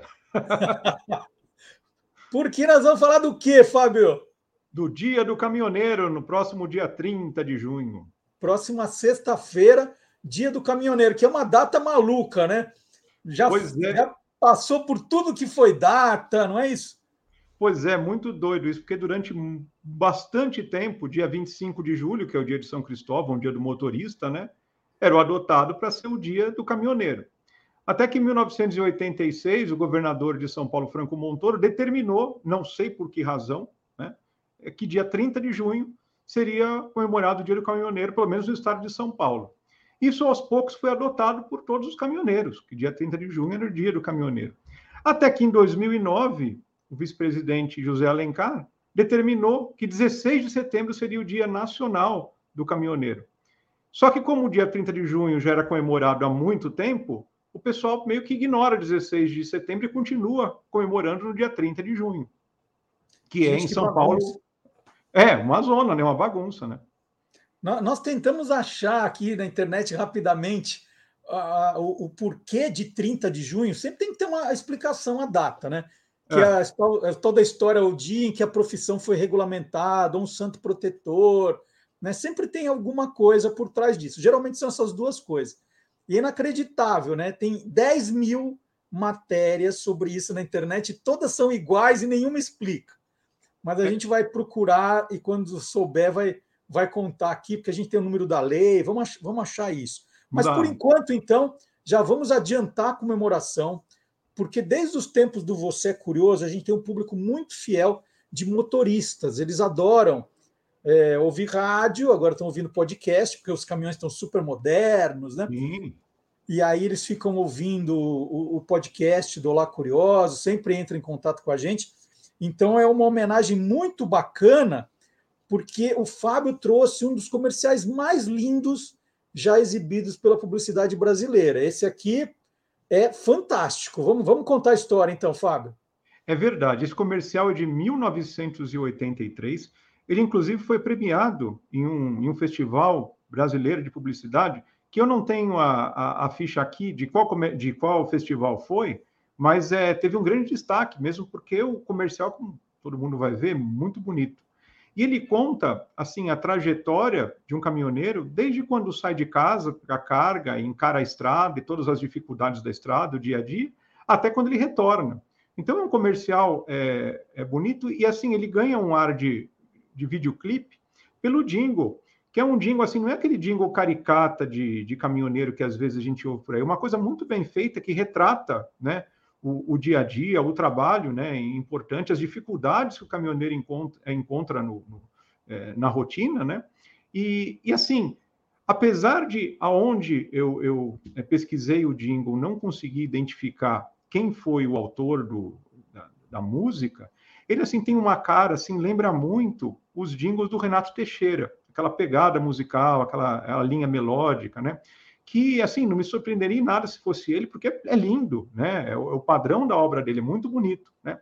Porque nós vamos falar do quê, Fábio? Do Dia do Caminhoneiro, no próximo dia trinta de junho. Próxima sexta-feira, Dia do Caminhoneiro, que é uma data maluca, né? Já, pois é. já passou por tudo que foi data, não é isso? Pois é, muito doido isso, porque durante bastante tempo, dia vinte e cinco de julho, que é o dia de São Cristóvão, o dia do motorista, né, era o adotado para ser o dia do caminhoneiro. Até que em mil novecentos e oitenta e seis, o governador de São Paulo, Franco Montoro, determinou, não sei por que razão, né, que dia trinta de junho seria comemorado o dia do caminhoneiro, pelo menos no estado de São Paulo. Isso, aos poucos, foi adotado por todos os caminhoneiros, que dia trinta de junho era o dia do caminhoneiro. Até que em dois mil e nove... o vice-presidente José Alencar determinou que dezesseis de setembro seria o Dia Nacional do Caminhoneiro. Só que como o dia trinta de junho já era comemorado há muito tempo, o pessoal meio que ignora dezesseis de setembro e continua comemorando no dia trinta de junho, que Gente, é em São Paulo. É, uma zona, né? Uma bagunça, né? Nós tentamos achar aqui na internet rapidamente uh, o, o porquê de trinta de junho. Sempre tem que ter uma explicação, a data, né? Que é. a, toda a história, o dia em que a profissão foi regulamentada, um santo protetor, né? Sempre tem alguma coisa por trás disso. Geralmente são essas duas coisas. E é inacreditável, né? Tem dez mil matérias sobre isso na internet, todas são iguais e nenhuma explica. Mas a é. gente vai procurar e quando souber vai, vai contar aqui, porque a gente tem o número da lei, vamos, vamos achar isso. Mas Dá. por enquanto, então, já vamos adiantar a comemoração, porque desde os tempos do Você é Curioso, a gente tem um público muito fiel de motoristas. Eles adoram é, ouvir rádio, agora estão ouvindo podcast, porque os caminhões estão super modernos, né? Sim. E aí eles ficam ouvindo o, o podcast do Olá Curioso, sempre entram em contato com a gente. Então é uma homenagem muito bacana, porque o Fábio trouxe um dos comerciais mais lindos já exibidos pela publicidade brasileira. Esse aqui é fantástico. Vamos, vamos contar a história então, Fábio. É verdade. Esse comercial é de mil novecentos e oitenta e três. Ele, inclusive, foi premiado em um, em um festival brasileiro de publicidade, que eu não tenho a, a, a ficha aqui de qual, de qual festival foi, mas é, teve um grande destaque, mesmo porque o comercial, como todo mundo vai ver, muito bonito. E ele conta, assim, a trajetória de um caminhoneiro, desde quando sai de casa, para carga, encara a estrada e todas as dificuldades da estrada, o dia a dia, até quando ele retorna. Então, é um comercial é, é bonito e, assim, ele ganha um ar de, de videoclipe pelo jingle, que é um jingle, assim, não é aquele jingle caricata de, de caminhoneiro que às vezes a gente ouve por aí, é uma coisa muito bem feita que retrata, né, o, o dia a dia, o trabalho, né, importante, as dificuldades que o caminhoneiro encontra, encontra no, no, é, na rotina, né, e, e assim, apesar de aonde eu, eu pesquisei o jingle, não consegui identificar quem foi o autor do, da, da música, ele, assim, tem uma cara, assim, lembra muito os jingles do Renato Teixeira, aquela pegada musical, aquela, aquela linha melódica, né? Que, assim, não me surpreenderia em nada se fosse ele, porque é lindo, né? É o, é o padrão da obra dele, é muito bonito, né?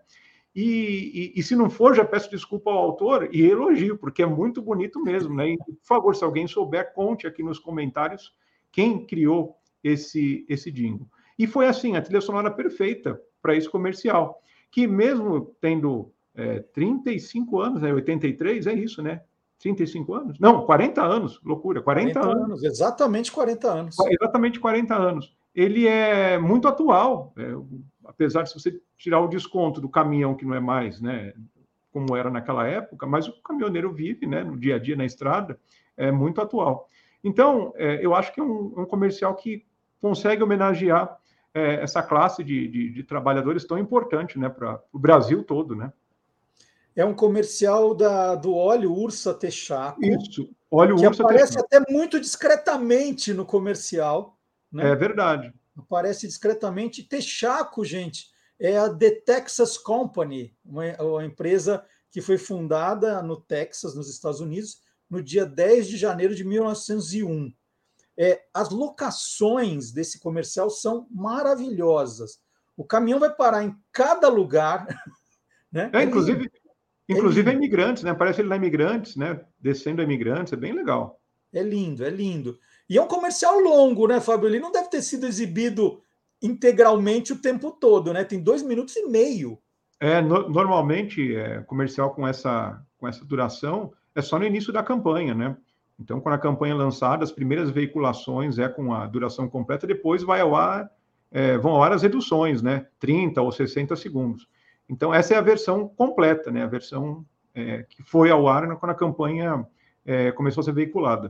E, e, e se não for, já peço desculpa ao autor e elogio, porque é muito bonito mesmo, né? E, por favor, se alguém souber, conte aqui nos comentários quem criou esse, esse jingle. E foi assim, a trilha sonora perfeita para esse comercial, que mesmo tendo é, trinta e cinco anos, né? oitenta e três, é isso, né? trinta e cinco anos? Não, quarenta anos, loucura, quarenta, quarenta anos. anos. Exatamente quarenta anos. Exatamente quarenta anos. Ele é muito atual, é, apesar de se você tirar o desconto do caminhão, que não é mais, né, como era naquela época, mas o caminhoneiro vive, né, no dia a dia na estrada, é muito atual. Então, é, eu acho que é um, um comercial que consegue homenagear é, essa classe de, de, de trabalhadores tão importante, né, para o Brasil todo, né? É um comercial da, do óleo Ursa Texaco. Isso, óleo que Ursa aparece Texaco. até muito discretamente no comercial. Né? É verdade. Aparece discretamente. Texaco, gente, é a The Texas Company, uma, uma empresa que foi fundada no Texas, nos Estados Unidos, no dia dez de janeiro de mil novecentos e um. É, as locações desse comercial são maravilhosas. O caminhão vai parar em cada lugar. Né? É, inclusive... Inclusive é, é Imigrantes, né? Parece ele na Imigrantes, né? Descendo a Imigrantes, é bem legal. É lindo, é lindo. E é um comercial longo, né, Fábio? Ele não deve ter sido exibido integralmente o tempo todo, né? Tem dois minutos e meio. É, no, normalmente, é, comercial com essa, com essa duração é só no início da campanha, né? Então, quando a campanha é lançada, as primeiras veiculações é com a duração completa, depois vai ao ar, é, vão ao ar as reduções, né? trinta ou sessenta segundos. Então, essa é a versão completa, né? A versão é, que foi ao ar quando a campanha é, começou a ser veiculada.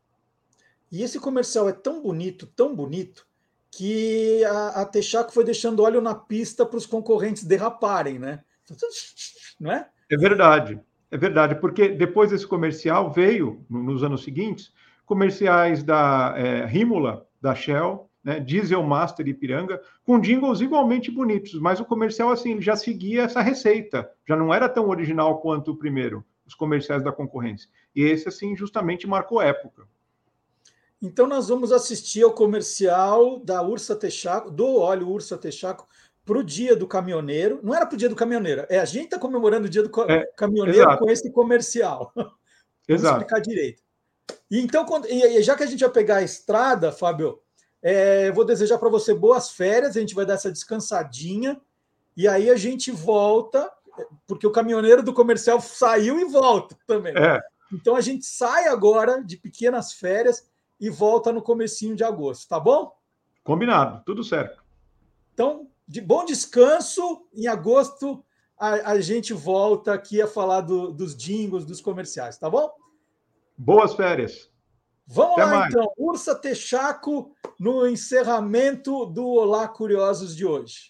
E esse comercial é tão bonito, tão bonito, que a, a Texaco foi deixando óleo na pista para os concorrentes derraparem, né? Não é? É verdade, é verdade, porque depois desse comercial veio, nos anos seguintes, comerciais da é, Rímula, da Shell, né, Diesel Master Ipiranga, com jingles igualmente bonitos, mas o comercial, assim, ele já seguia essa receita, já não era tão original quanto o primeiro, os comerciais da concorrência. E esse, assim, justamente marcou época. Então, nós vamos assistir ao comercial da Ursa Texaco, do óleo Ursa Texaco, para o Dia do Caminhoneiro. Não era para o Dia do Caminhoneiro, é a gente está comemorando o Dia do é, Caminhoneiro exato. Com esse comercial. Vamos exato. explicar direito. E então, quando, e já que a gente vai pegar a estrada, Fábio, É, vou desejar para você boas férias, a gente vai dar essa descansadinha, e aí a gente volta, porque o caminhoneiro do comercial saiu e volta também. É. Então a gente sai agora de pequenas férias e volta no comecinho de agosto, tá bom? Combinado, tudo certo. Então, de bom descanso, em agosto a, a gente volta aqui a falar do, dos jingles, dos comerciais, tá bom? Boas férias. Vamos Até lá, mais. então. Ursa Texaco no encerramento do Olá Curiosos de hoje.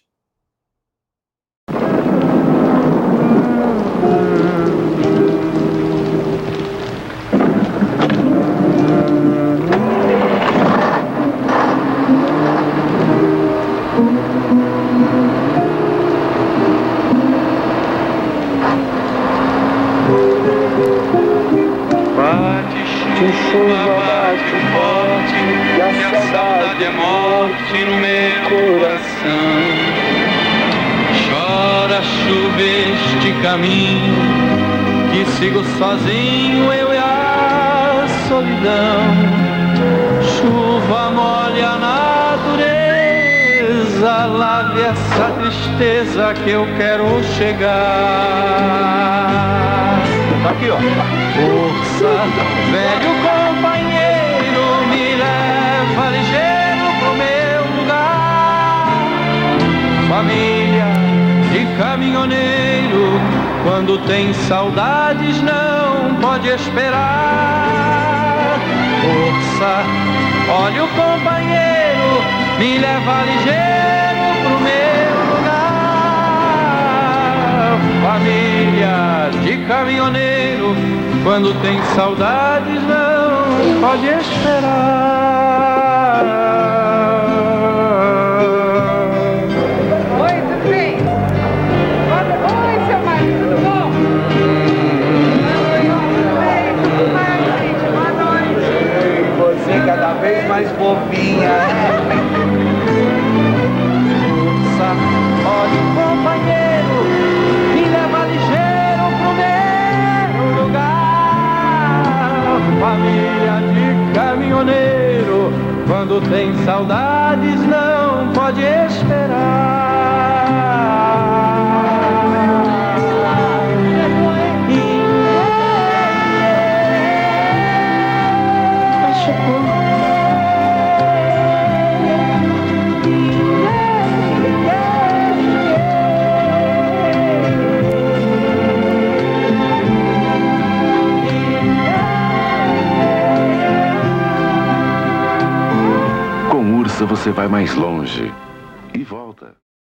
Bate chuva bate forte e a saudade é morte no meu coração. Chora chuva este caminho que sigo sozinho, eu e a solidão. Chuva molhe a natureza, lave essa tristeza que eu quero chegar. Aqui, ó. Força, velho companheiro, me leva ligeiro pro meu lugar. Família de caminhoneiro, quando tem saudades não pode esperar. Força, olha o companheiro, me leva ligeiro pro meu lugar. Família de caminhoneiro, quando tem saudades não pode esperar. Oi, tudo bem? Oi, seu Mário, tudo bom? Oi, tudo bem, gente? Boa noite. Você cada vez mais fofinha. Força, olha o companheiro, me leva ligeiro pro meu lugar. Família de caminhoneiro, quando tem saudades não pode esperar. Você vai mais longe e volta.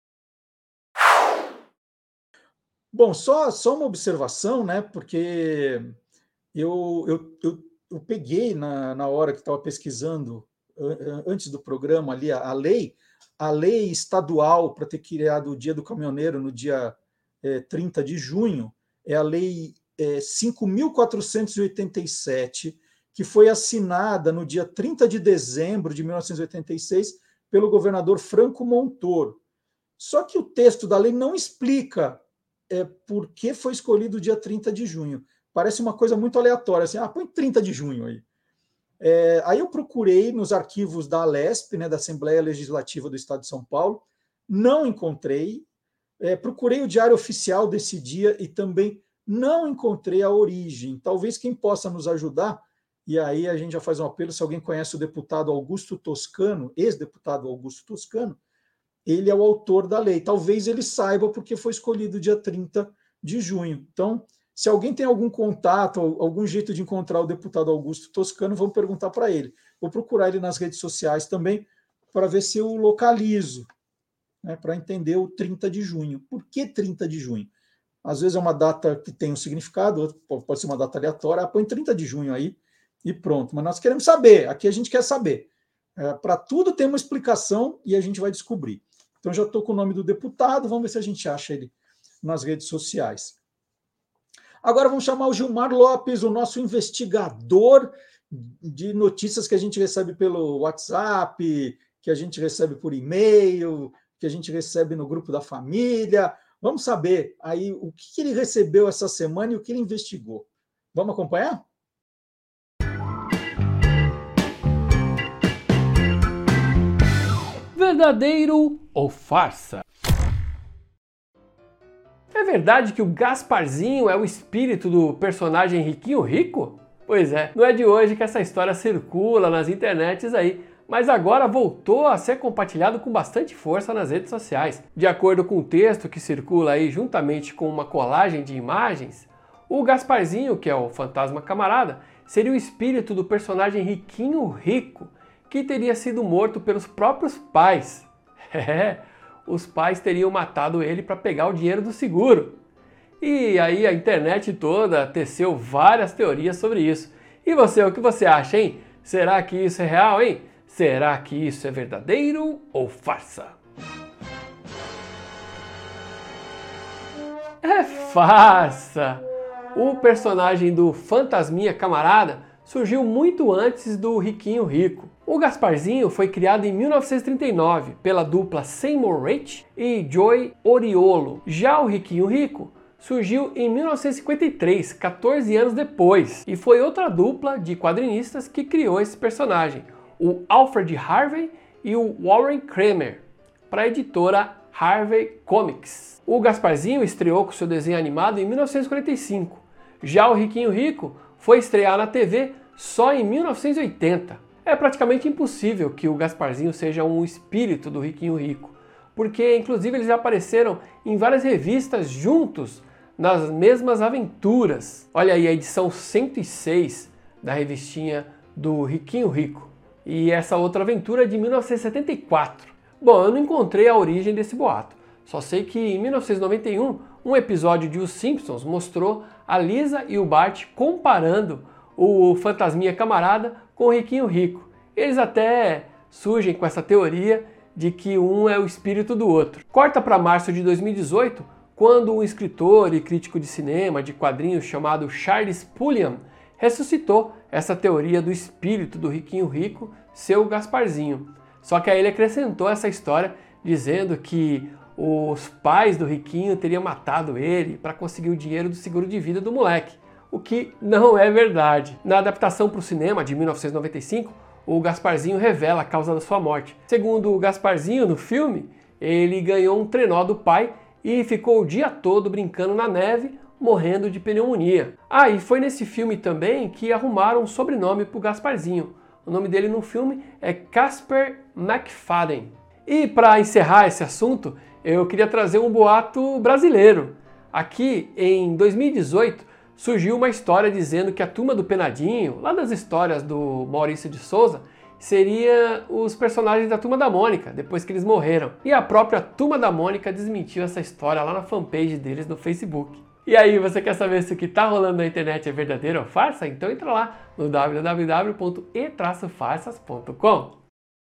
Bom, só, só uma observação, né? Porque eu, eu, eu, eu peguei na, na hora que estava pesquisando, antes do programa ali, a, a lei, a lei estadual para ter criado o Dia do Caminhoneiro no dia é, trinta de junho, é a lei é, cinco mil quatrocentos e oitenta e sete, que foi assinada no dia trinta de dezembro de mil novecentos e oitenta e seis pelo governador Franco Montoro. Só que o texto da lei não explica é, por que foi escolhido o dia trinta de junho. Parece uma coisa muito aleatória, assim, ah, põe trinta de junho aí. É, aí eu procurei nos arquivos da Alesp, né, da Assembleia Legislativa do Estado de São Paulo, não encontrei. É, procurei o diário oficial desse dia e também não encontrei a origem. Talvez quem possa nos ajudar. E aí a gente já faz um apelo, se alguém conhece o deputado Augusto Toscano, ex-deputado Augusto Toscano, ele é o autor da lei. Talvez ele saiba porque foi escolhido dia trinta de junho. Então, se alguém tem algum contato, algum jeito de encontrar o deputado Augusto Toscano, vamos perguntar para ele. Vou procurar ele nas redes sociais também, para ver se eu localizo, né, para entender o trinta de junho. Por que trinta de junho? Às vezes é uma data que tem um significado, pode ser uma data aleatória, ah, põe trinta de junho aí, e pronto. Mas nós queremos saber, aqui a gente quer saber. É, para tudo tem uma explicação e a gente vai descobrir. Então já estou com o nome do deputado, vamos ver se a gente acha ele nas redes sociais. Agora vamos chamar o Gilmar Lopes, o nosso investigador de notícias que a gente recebe pelo WhatsApp, que a gente recebe por e-mail, que a gente recebe no grupo da família. Vamos saber aí o que ele recebeu essa semana e o que ele investigou. Vamos acompanhar? Verdadeiro ou farsa? É verdade que o Gasparzinho é o espírito do personagem Riquinho Rico? Pois é, não é de hoje que essa história circula nas internets aí, mas agora voltou a ser compartilhado com bastante força nas redes sociais. De acordo com o texto que circula aí juntamente com uma colagem de imagens, o Gasparzinho, que é o fantasma camarada, seria o espírito do personagem Riquinho Rico, que teria sido morto pelos próprios pais. É, os pais teriam matado ele para pegar o dinheiro do seguro. E aí a internet toda teceu várias teorias sobre isso. E você, o que você acha, hein? Será que isso é real, hein? Será que isso é verdadeiro ou farsa? É farsa! O personagem do Fantasminha Camarada surgiu muito antes do Riquinho Rico. O Gasparzinho foi criado em mil novecentos e trinta e nove pela dupla Seymour Rach e Joey Oriolo. Já o Riquinho Rico surgiu em mil novecentos e cinquenta e três, quatorze anos depois, e foi outra dupla de quadrinistas que criou esse personagem, o Alfred Harvey e o Warren Kramer, para a editora Harvey Comics. O Gasparzinho estreou com seu desenho animado em mil novecentos e quarenta e cinco. Já o Riquinho Rico foi estrear na T V só em mil novecentos e oitenta. É praticamente impossível que o Gasparzinho seja um espírito do Riquinho Rico, porque inclusive eles apareceram em várias revistas juntos, nas mesmas aventuras. Olha aí a edição cento e seis da revistinha do Riquinho Rico. E essa outra aventura é de mil novecentos e setenta e quatro. Bom, eu não encontrei a origem desse boato. Só sei que em mil novecentos e noventa e um, um episódio de Os Simpsons mostrou a Lisa e o Bart comparando o fantasminha camarada com o Riquinho Rico. Eles até surgem com essa teoria de que um é o espírito do outro. Corta para março de dois mil e dezoito, quando um escritor e crítico de cinema de quadrinhos chamado Charles Pulliam ressuscitou essa teoria do espírito do Riquinho Rico ser o Gasparzinho. Só que aí ele acrescentou essa história dizendo que os pais do Riquinho teriam matado ele para conseguir o dinheiro do seguro de vida do moleque, o que não é verdade. Na adaptação para o cinema de mil novecentos e noventa e cinco, o Gasparzinho revela a causa da sua morte. Segundo o Gasparzinho no filme, ele ganhou um trenó do pai e ficou o dia todo brincando na neve, morrendo de pneumonia. Ah, e foi nesse filme também que arrumaram um sobrenome para o Gasparzinho. O nome dele no filme é Casper McFadden. E para encerrar esse assunto, eu queria trazer um boato brasileiro. Aqui, em dois mil e dezoito, surgiu uma história dizendo que a Turma do Penadinho, lá das histórias do Maurício de Souza, seria os personagens da Turma da Mônica, depois que eles morreram. E a própria Turma da Mônica desmentiu essa história lá na fanpage deles no Facebook. E aí, você quer saber se o que está rolando na internet é verdadeiro ou farsa? Então entra lá no w w w ponto e farsas ponto com.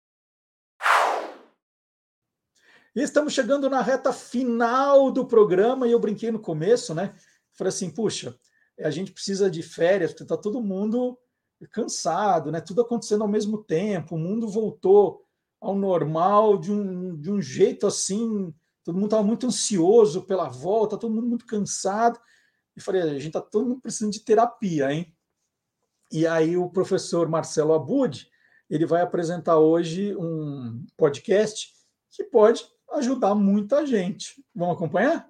E estamos chegando na reta final do programa e eu brinquei no começo, né? Falei assim, puxa, a gente precisa de férias, porque está todo mundo cansado, né? Tudo acontecendo ao mesmo tempo, o mundo voltou ao normal de um, de um jeito assim, todo mundo estava muito ansioso pela volta, todo mundo muito cansado. E falei, a gente está todo mundo precisando de terapia, hein? E aí o professor Marcelo Abud, ele vai apresentar hoje um podcast que pode ajudar muita gente. Vamos acompanhar?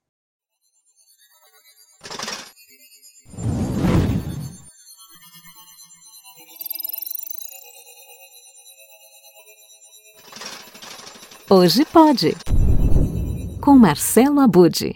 Hoje pode, com Marcelo Abud.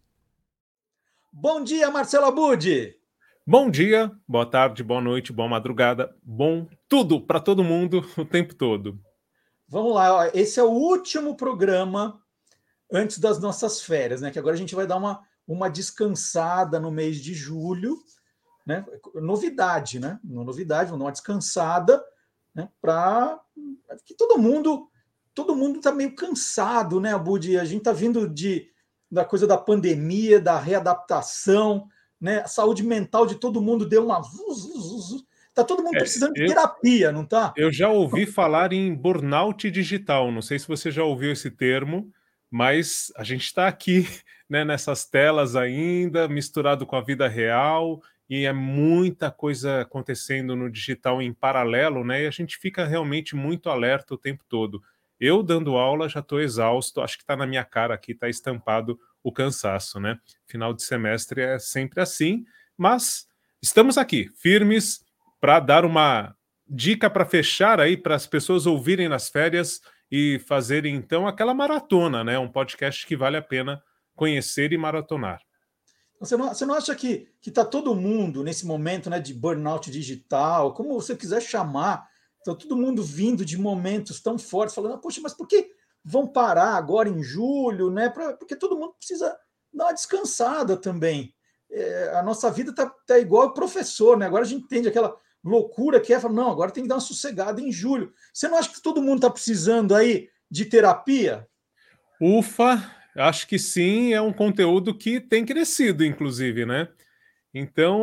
Bom dia, Marcelo Abud! Bom dia, boa tarde, boa noite, boa madrugada, bom tudo para todo mundo o tempo todo. Vamos lá, esse é o último programa antes das nossas férias, né? Que agora a gente vai dar uma, uma descansada no mês de julho, né? Novidade, né? Uma novidade, vamos dar uma descansada, né? Para que todo mundo, todo mundo está meio cansado, né, Abud? A gente está vindo de da coisa da pandemia, da readaptação, né? A saúde mental de todo mundo deu uma Está todo mundo precisando é, eu, de terapia, não está? Eu já ouvi falar em burnout digital. Não sei se você já ouviu esse termo, mas a gente está aqui, né, nessas telas ainda, misturado com a vida real, e é muita coisa acontecendo no digital em paralelo, né? E a gente fica realmente muito alerta o tempo todo. Eu, dando aula, já estou exausto. Acho que está na minha cara aqui, está estampado o cansaço, né? Final de semestre é sempre assim, mas estamos aqui, firmes, para dar uma dica para fechar aí, para as pessoas ouvirem nas férias e fazerem, então, aquela maratona, né? Um podcast que vale a pena conhecer e maratonar. Você não, você não acha que está todo mundo, nesse momento, né, de burnout digital, como você quiser chamar, está todo mundo vindo de momentos tão fortes, falando, poxa, mas por que vão parar agora em julho, né? Pra, porque todo mundo precisa dar uma descansada também. É, a nossa vida está tá igual o professor, né? Agora a gente entende aquela loucura que é, fala, não, agora tem que dar uma sossegada em julho. Você não acha que todo mundo está precisando aí de terapia? Ufa, acho que sim, é um conteúdo que tem crescido, inclusive, né? Então,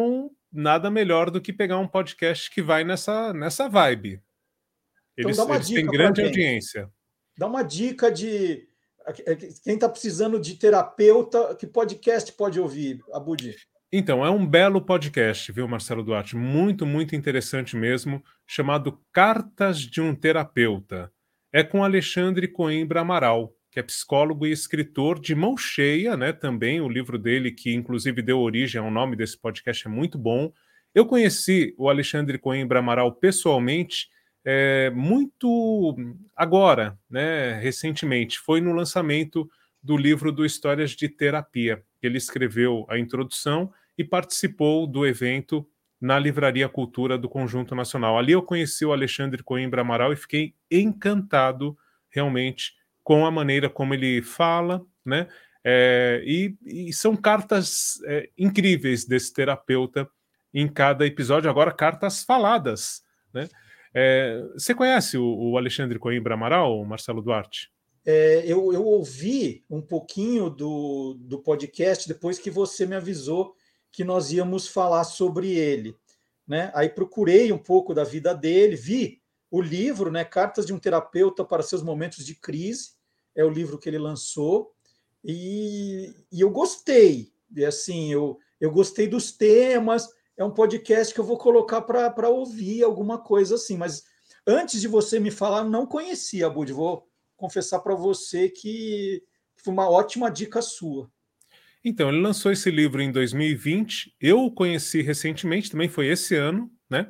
nada melhor do que pegar um podcast que vai nessa, nessa vibe. Eles, então dá uma eles têm dica grande pra gente. audiência. Dá uma dica de quem está precisando de terapeuta, que podcast pode ouvir, Abudi? Então, é um belo podcast, viu, Marcelo Duarte? Muito, muito interessante mesmo, chamado Cartas de um Terapeuta. É com Alexandre Coimbra Amaral, que é psicólogo e escritor de mão cheia, né? Também o livro dele, que inclusive deu origem ao nome desse podcast, é muito bom. Eu conheci o Alexandre Coimbra Amaral pessoalmente é, muito agora, né? Recentemente. Foi no lançamento do livro do Histórias de Terapia. Ele escreveu a introdução e participou do evento na Livraria Cultura do Conjunto Nacional. Ali eu conheci o Alexandre Coimbra Amaral e fiquei encantado realmente com a maneira como ele fala, né? É, e, e são cartas é, incríveis desse terapeuta em cada episódio, agora cartas faladas, né? É, você conhece o, o Alexandre Coimbra Amaral, Marcelo Duarte? É, eu, eu ouvi um pouquinho do, do podcast depois que você me avisou que nós íamos falar sobre ele, né? Aí procurei um pouco da vida dele, vi o livro, né? Cartas de um Terapeuta para Seus Momentos de Crise, é o livro que ele lançou, e, e eu gostei, e assim, eu, eu gostei dos temas, é um podcast que eu vou colocar para ouvir alguma coisa assim, mas antes de você me falar, não conhecia, Abudi, vou confessar para você que foi uma ótima dica sua. Então, ele lançou esse livro em dois mil e vinte, eu o conheci recentemente, também foi esse ano, né?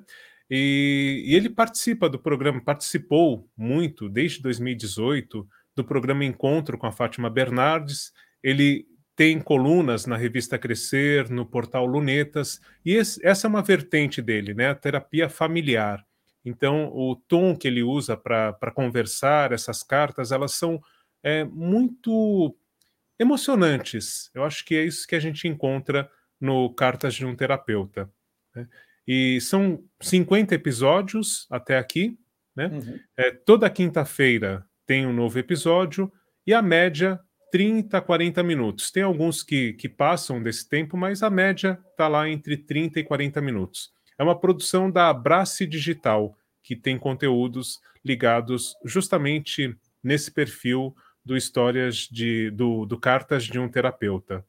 E, e ele participa do programa, participou muito desde dois mil e dezoito do programa Encontro com a Fátima Bernardes. Ele tem colunas na revista Crescer, no portal Lunetas, e esse, essa é uma vertente dele, né? A terapia familiar. Então, o tom que ele usa para conversar, essas cartas, elas são é, muito emocionantes. Eu acho que é isso que a gente encontra no Cartas de um Terapeuta, né? E são cinquenta episódios até aqui, né? Uhum. É, toda quinta-feira tem um novo episódio e a média trinta, quarenta minutos. Tem alguns que, que passam desse tempo, mas a média está lá entre trinta e quarenta minutos. É uma produção da Abrace Digital, que tem conteúdos ligados justamente nesse perfil do Histórias de, do, do Cartas de um Terapeuta.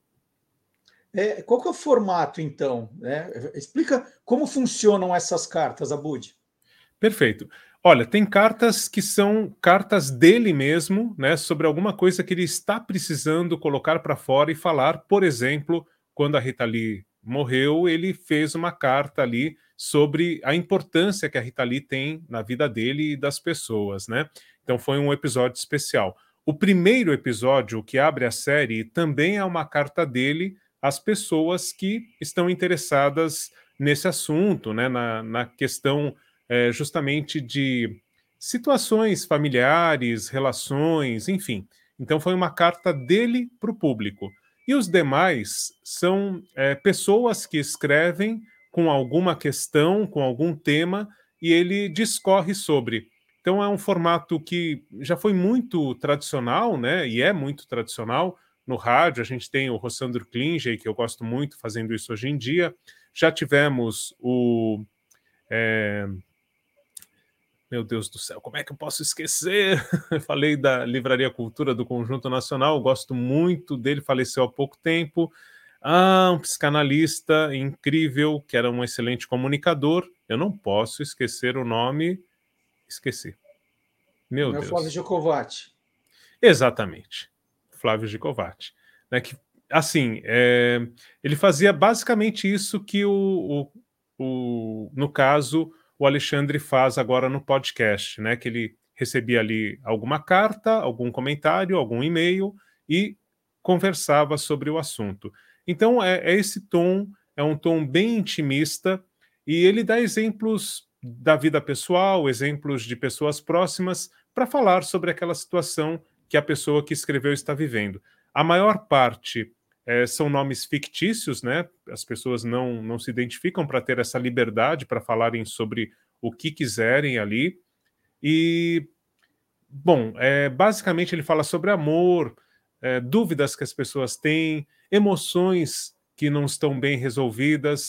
É, qual que é o formato, então? É, explica como funcionam essas cartas, Abudi. Perfeito. Olha, tem cartas que são cartas dele mesmo, né, sobre alguma coisa que ele está precisando colocar para fora e falar. Por exemplo, quando a Rita Lee morreu, ele fez uma carta ali sobre a importância que a Rita Lee tem na vida dele e das pessoas, né? Então foi um episódio especial. O primeiro episódio que abre a série também é uma carta dele às pessoas que estão interessadas nesse assunto, né, na, na questão é, justamente de situações familiares, relações, enfim. Então foi uma carta dele para o público. E os demais são é, pessoas que escrevem com alguma questão, com algum tema, e ele discorre sobre. Então é um formato que já foi muito tradicional, né? E é muito tradicional no rádio. A gente tem o Rossandro Klinger, que eu gosto muito, fazendo isso hoje em dia. Já tivemos o... É... Meu Deus do céu, como é que eu posso esquecer? Falei da Livraria Cultura do Conjunto Nacional, gosto muito dele, faleceu há pouco tempo. Ah, um psicanalista incrível, que era um excelente comunicador. Eu não posso esquecer o nome... Esqueci. Meu Não é Deus. Flávio Gicovati. Exatamente. Flávio Gicovati. Né, que, assim, é, ele fazia basicamente isso que, o, o, o, no caso, o Alexandre faz agora no podcast, né, que ele recebia ali alguma carta, algum comentário, algum e-mail e conversava sobre o assunto. Então, é, é esse tom, é um tom bem intimista e ele dá exemplos da vida pessoal, exemplos de pessoas próximas, para falar sobre aquela situação que a pessoa que escreveu está vivendo. A maior parte é, são nomes fictícios, né? As pessoas não, não se identificam para ter essa liberdade para falarem sobre o que quiserem ali. E, bom, é, basicamente ele fala sobre amor, é, dúvidas que as pessoas têm, emoções que não estão bem resolvidas.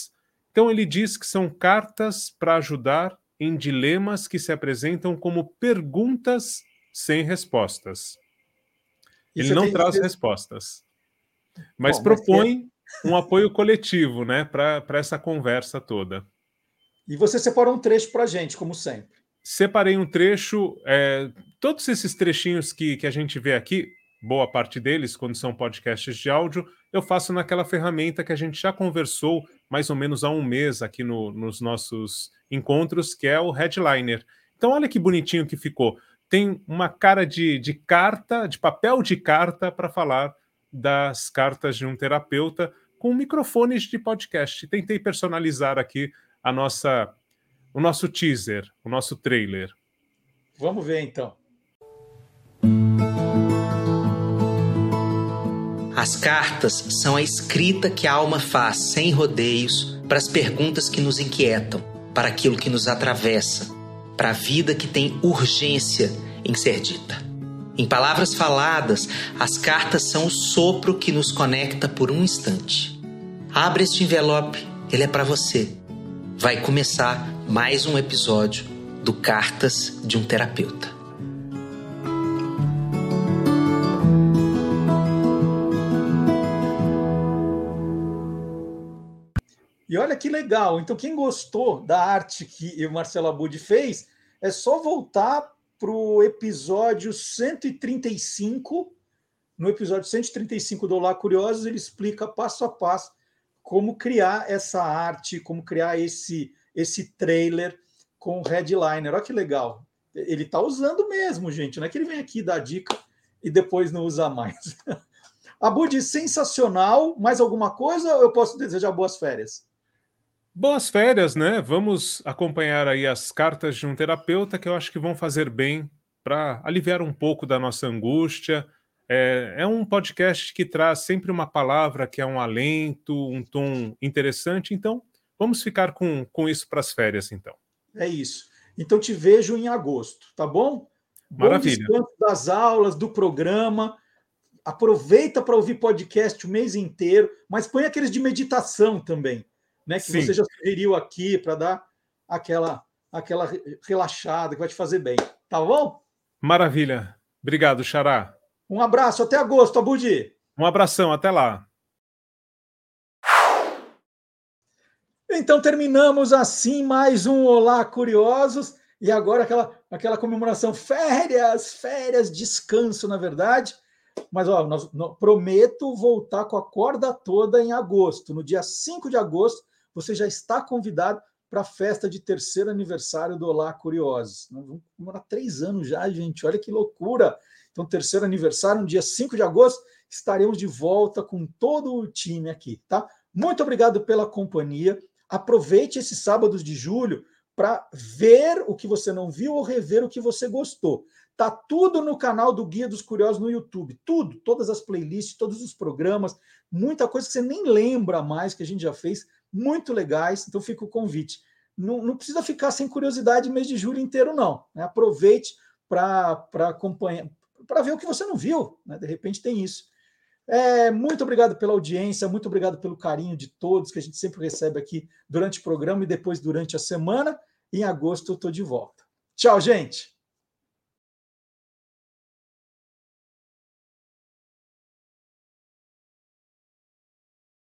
Então ele diz que são cartas para ajudar em dilemas que se apresentam como perguntas sem respostas. E ele você não tem traz que- respostas, mas Bom, mas propõe um apoio coletivo, né, para essa conversa toda. E você separou um trecho para a gente, como sempre. Separei um trecho, é, todos esses trechinhos que, que a gente vê aqui, boa parte deles, quando são podcasts de áudio, eu faço naquela ferramenta que a gente já conversou mais ou menos há um mês aqui no, nos nossos encontros, que é o Headliner. Então olha que bonitinho que ficou. Tem uma cara de, de carta, de papel de carta para falar das cartas de um terapeuta com microfones de podcast. Tentei personalizar aqui a nossa, o nosso teaser, o nosso trailer. Vamos ver, então. As cartas são a escrita que a alma faz, sem rodeios, para as perguntas que nos inquietam, para aquilo que nos atravessa, para a vida que tem urgência em ser dita. Em palavras faladas, as cartas são o sopro que nos conecta por um instante. Abre este envelope, ele é para você. Vai começar mais um episódio do Cartas de um Terapeuta. E olha que legal. Então, quem gostou da arte que o Marcelo Abud fez, é só voltar para o episódio cento e trinta e cinco. No episódio cento e trinta e cinco do Olá Curiosos, ele explica passo a passo como criar essa arte, como criar esse, esse trailer com o headliner. Olha que legal. Ele está usando mesmo, gente. Não é que ele vem aqui dar dica e depois não usa mais. Abud, sensacional. Mais alguma coisa ou eu posso desejar boas férias? Boas férias, né? Vamos acompanhar aí as cartas de um terapeuta que eu acho que vão fazer bem para aliviar um pouco da nossa angústia. É, é um podcast que traz sempre uma palavra que é um alento, um tom interessante. Então, vamos ficar com, com isso para as férias, então. É isso. Então, te vejo em agosto, tá bom? Maravilha. Bom descanso das aulas, do programa. Aproveita para ouvir podcast o mês inteiro, mas põe aqueles de meditação também, né? Que Sim. você já sugeriu aqui para dar aquela, aquela relaxada que vai te fazer bem. Tá bom? Maravilha. Obrigado, Xará. Um abraço, até agosto, Abud. Um abração, até lá. Então terminamos assim mais um Olá Curiosos e agora aquela, aquela comemoração, férias, férias, descanso, na verdade. Mas ó, nós, nós, prometo voltar com a corda toda em agosto. No dia cinco de agosto, você já está convidado para a festa de terceiro aniversário do Olá Curiosos. Nós vamos comemorar três anos já, gente. Olha que loucura! Então, terceiro aniversário, no dia cinco de agosto, estaremos de volta com todo o time aqui, tá? Muito obrigado pela companhia. Aproveite esses sábados de julho para ver o que você não viu ou rever o que você gostou. Tá tudo no canal do Guia dos Curiosos no YouTube. Tudo, todas as playlists, todos os programas, muita coisa que você nem lembra mais que a gente já fez, muito legais. Então fica o convite. Não, não precisa ficar sem curiosidade o mês de julho inteiro, não, né? Aproveite para acompanhar, para ver o que você não viu, né? De repente tem isso. É, muito obrigado pela audiência, muito obrigado pelo carinho de todos que a gente sempre recebe aqui durante o programa e depois durante a semana. Em agosto eu estou de volta. Tchau, gente!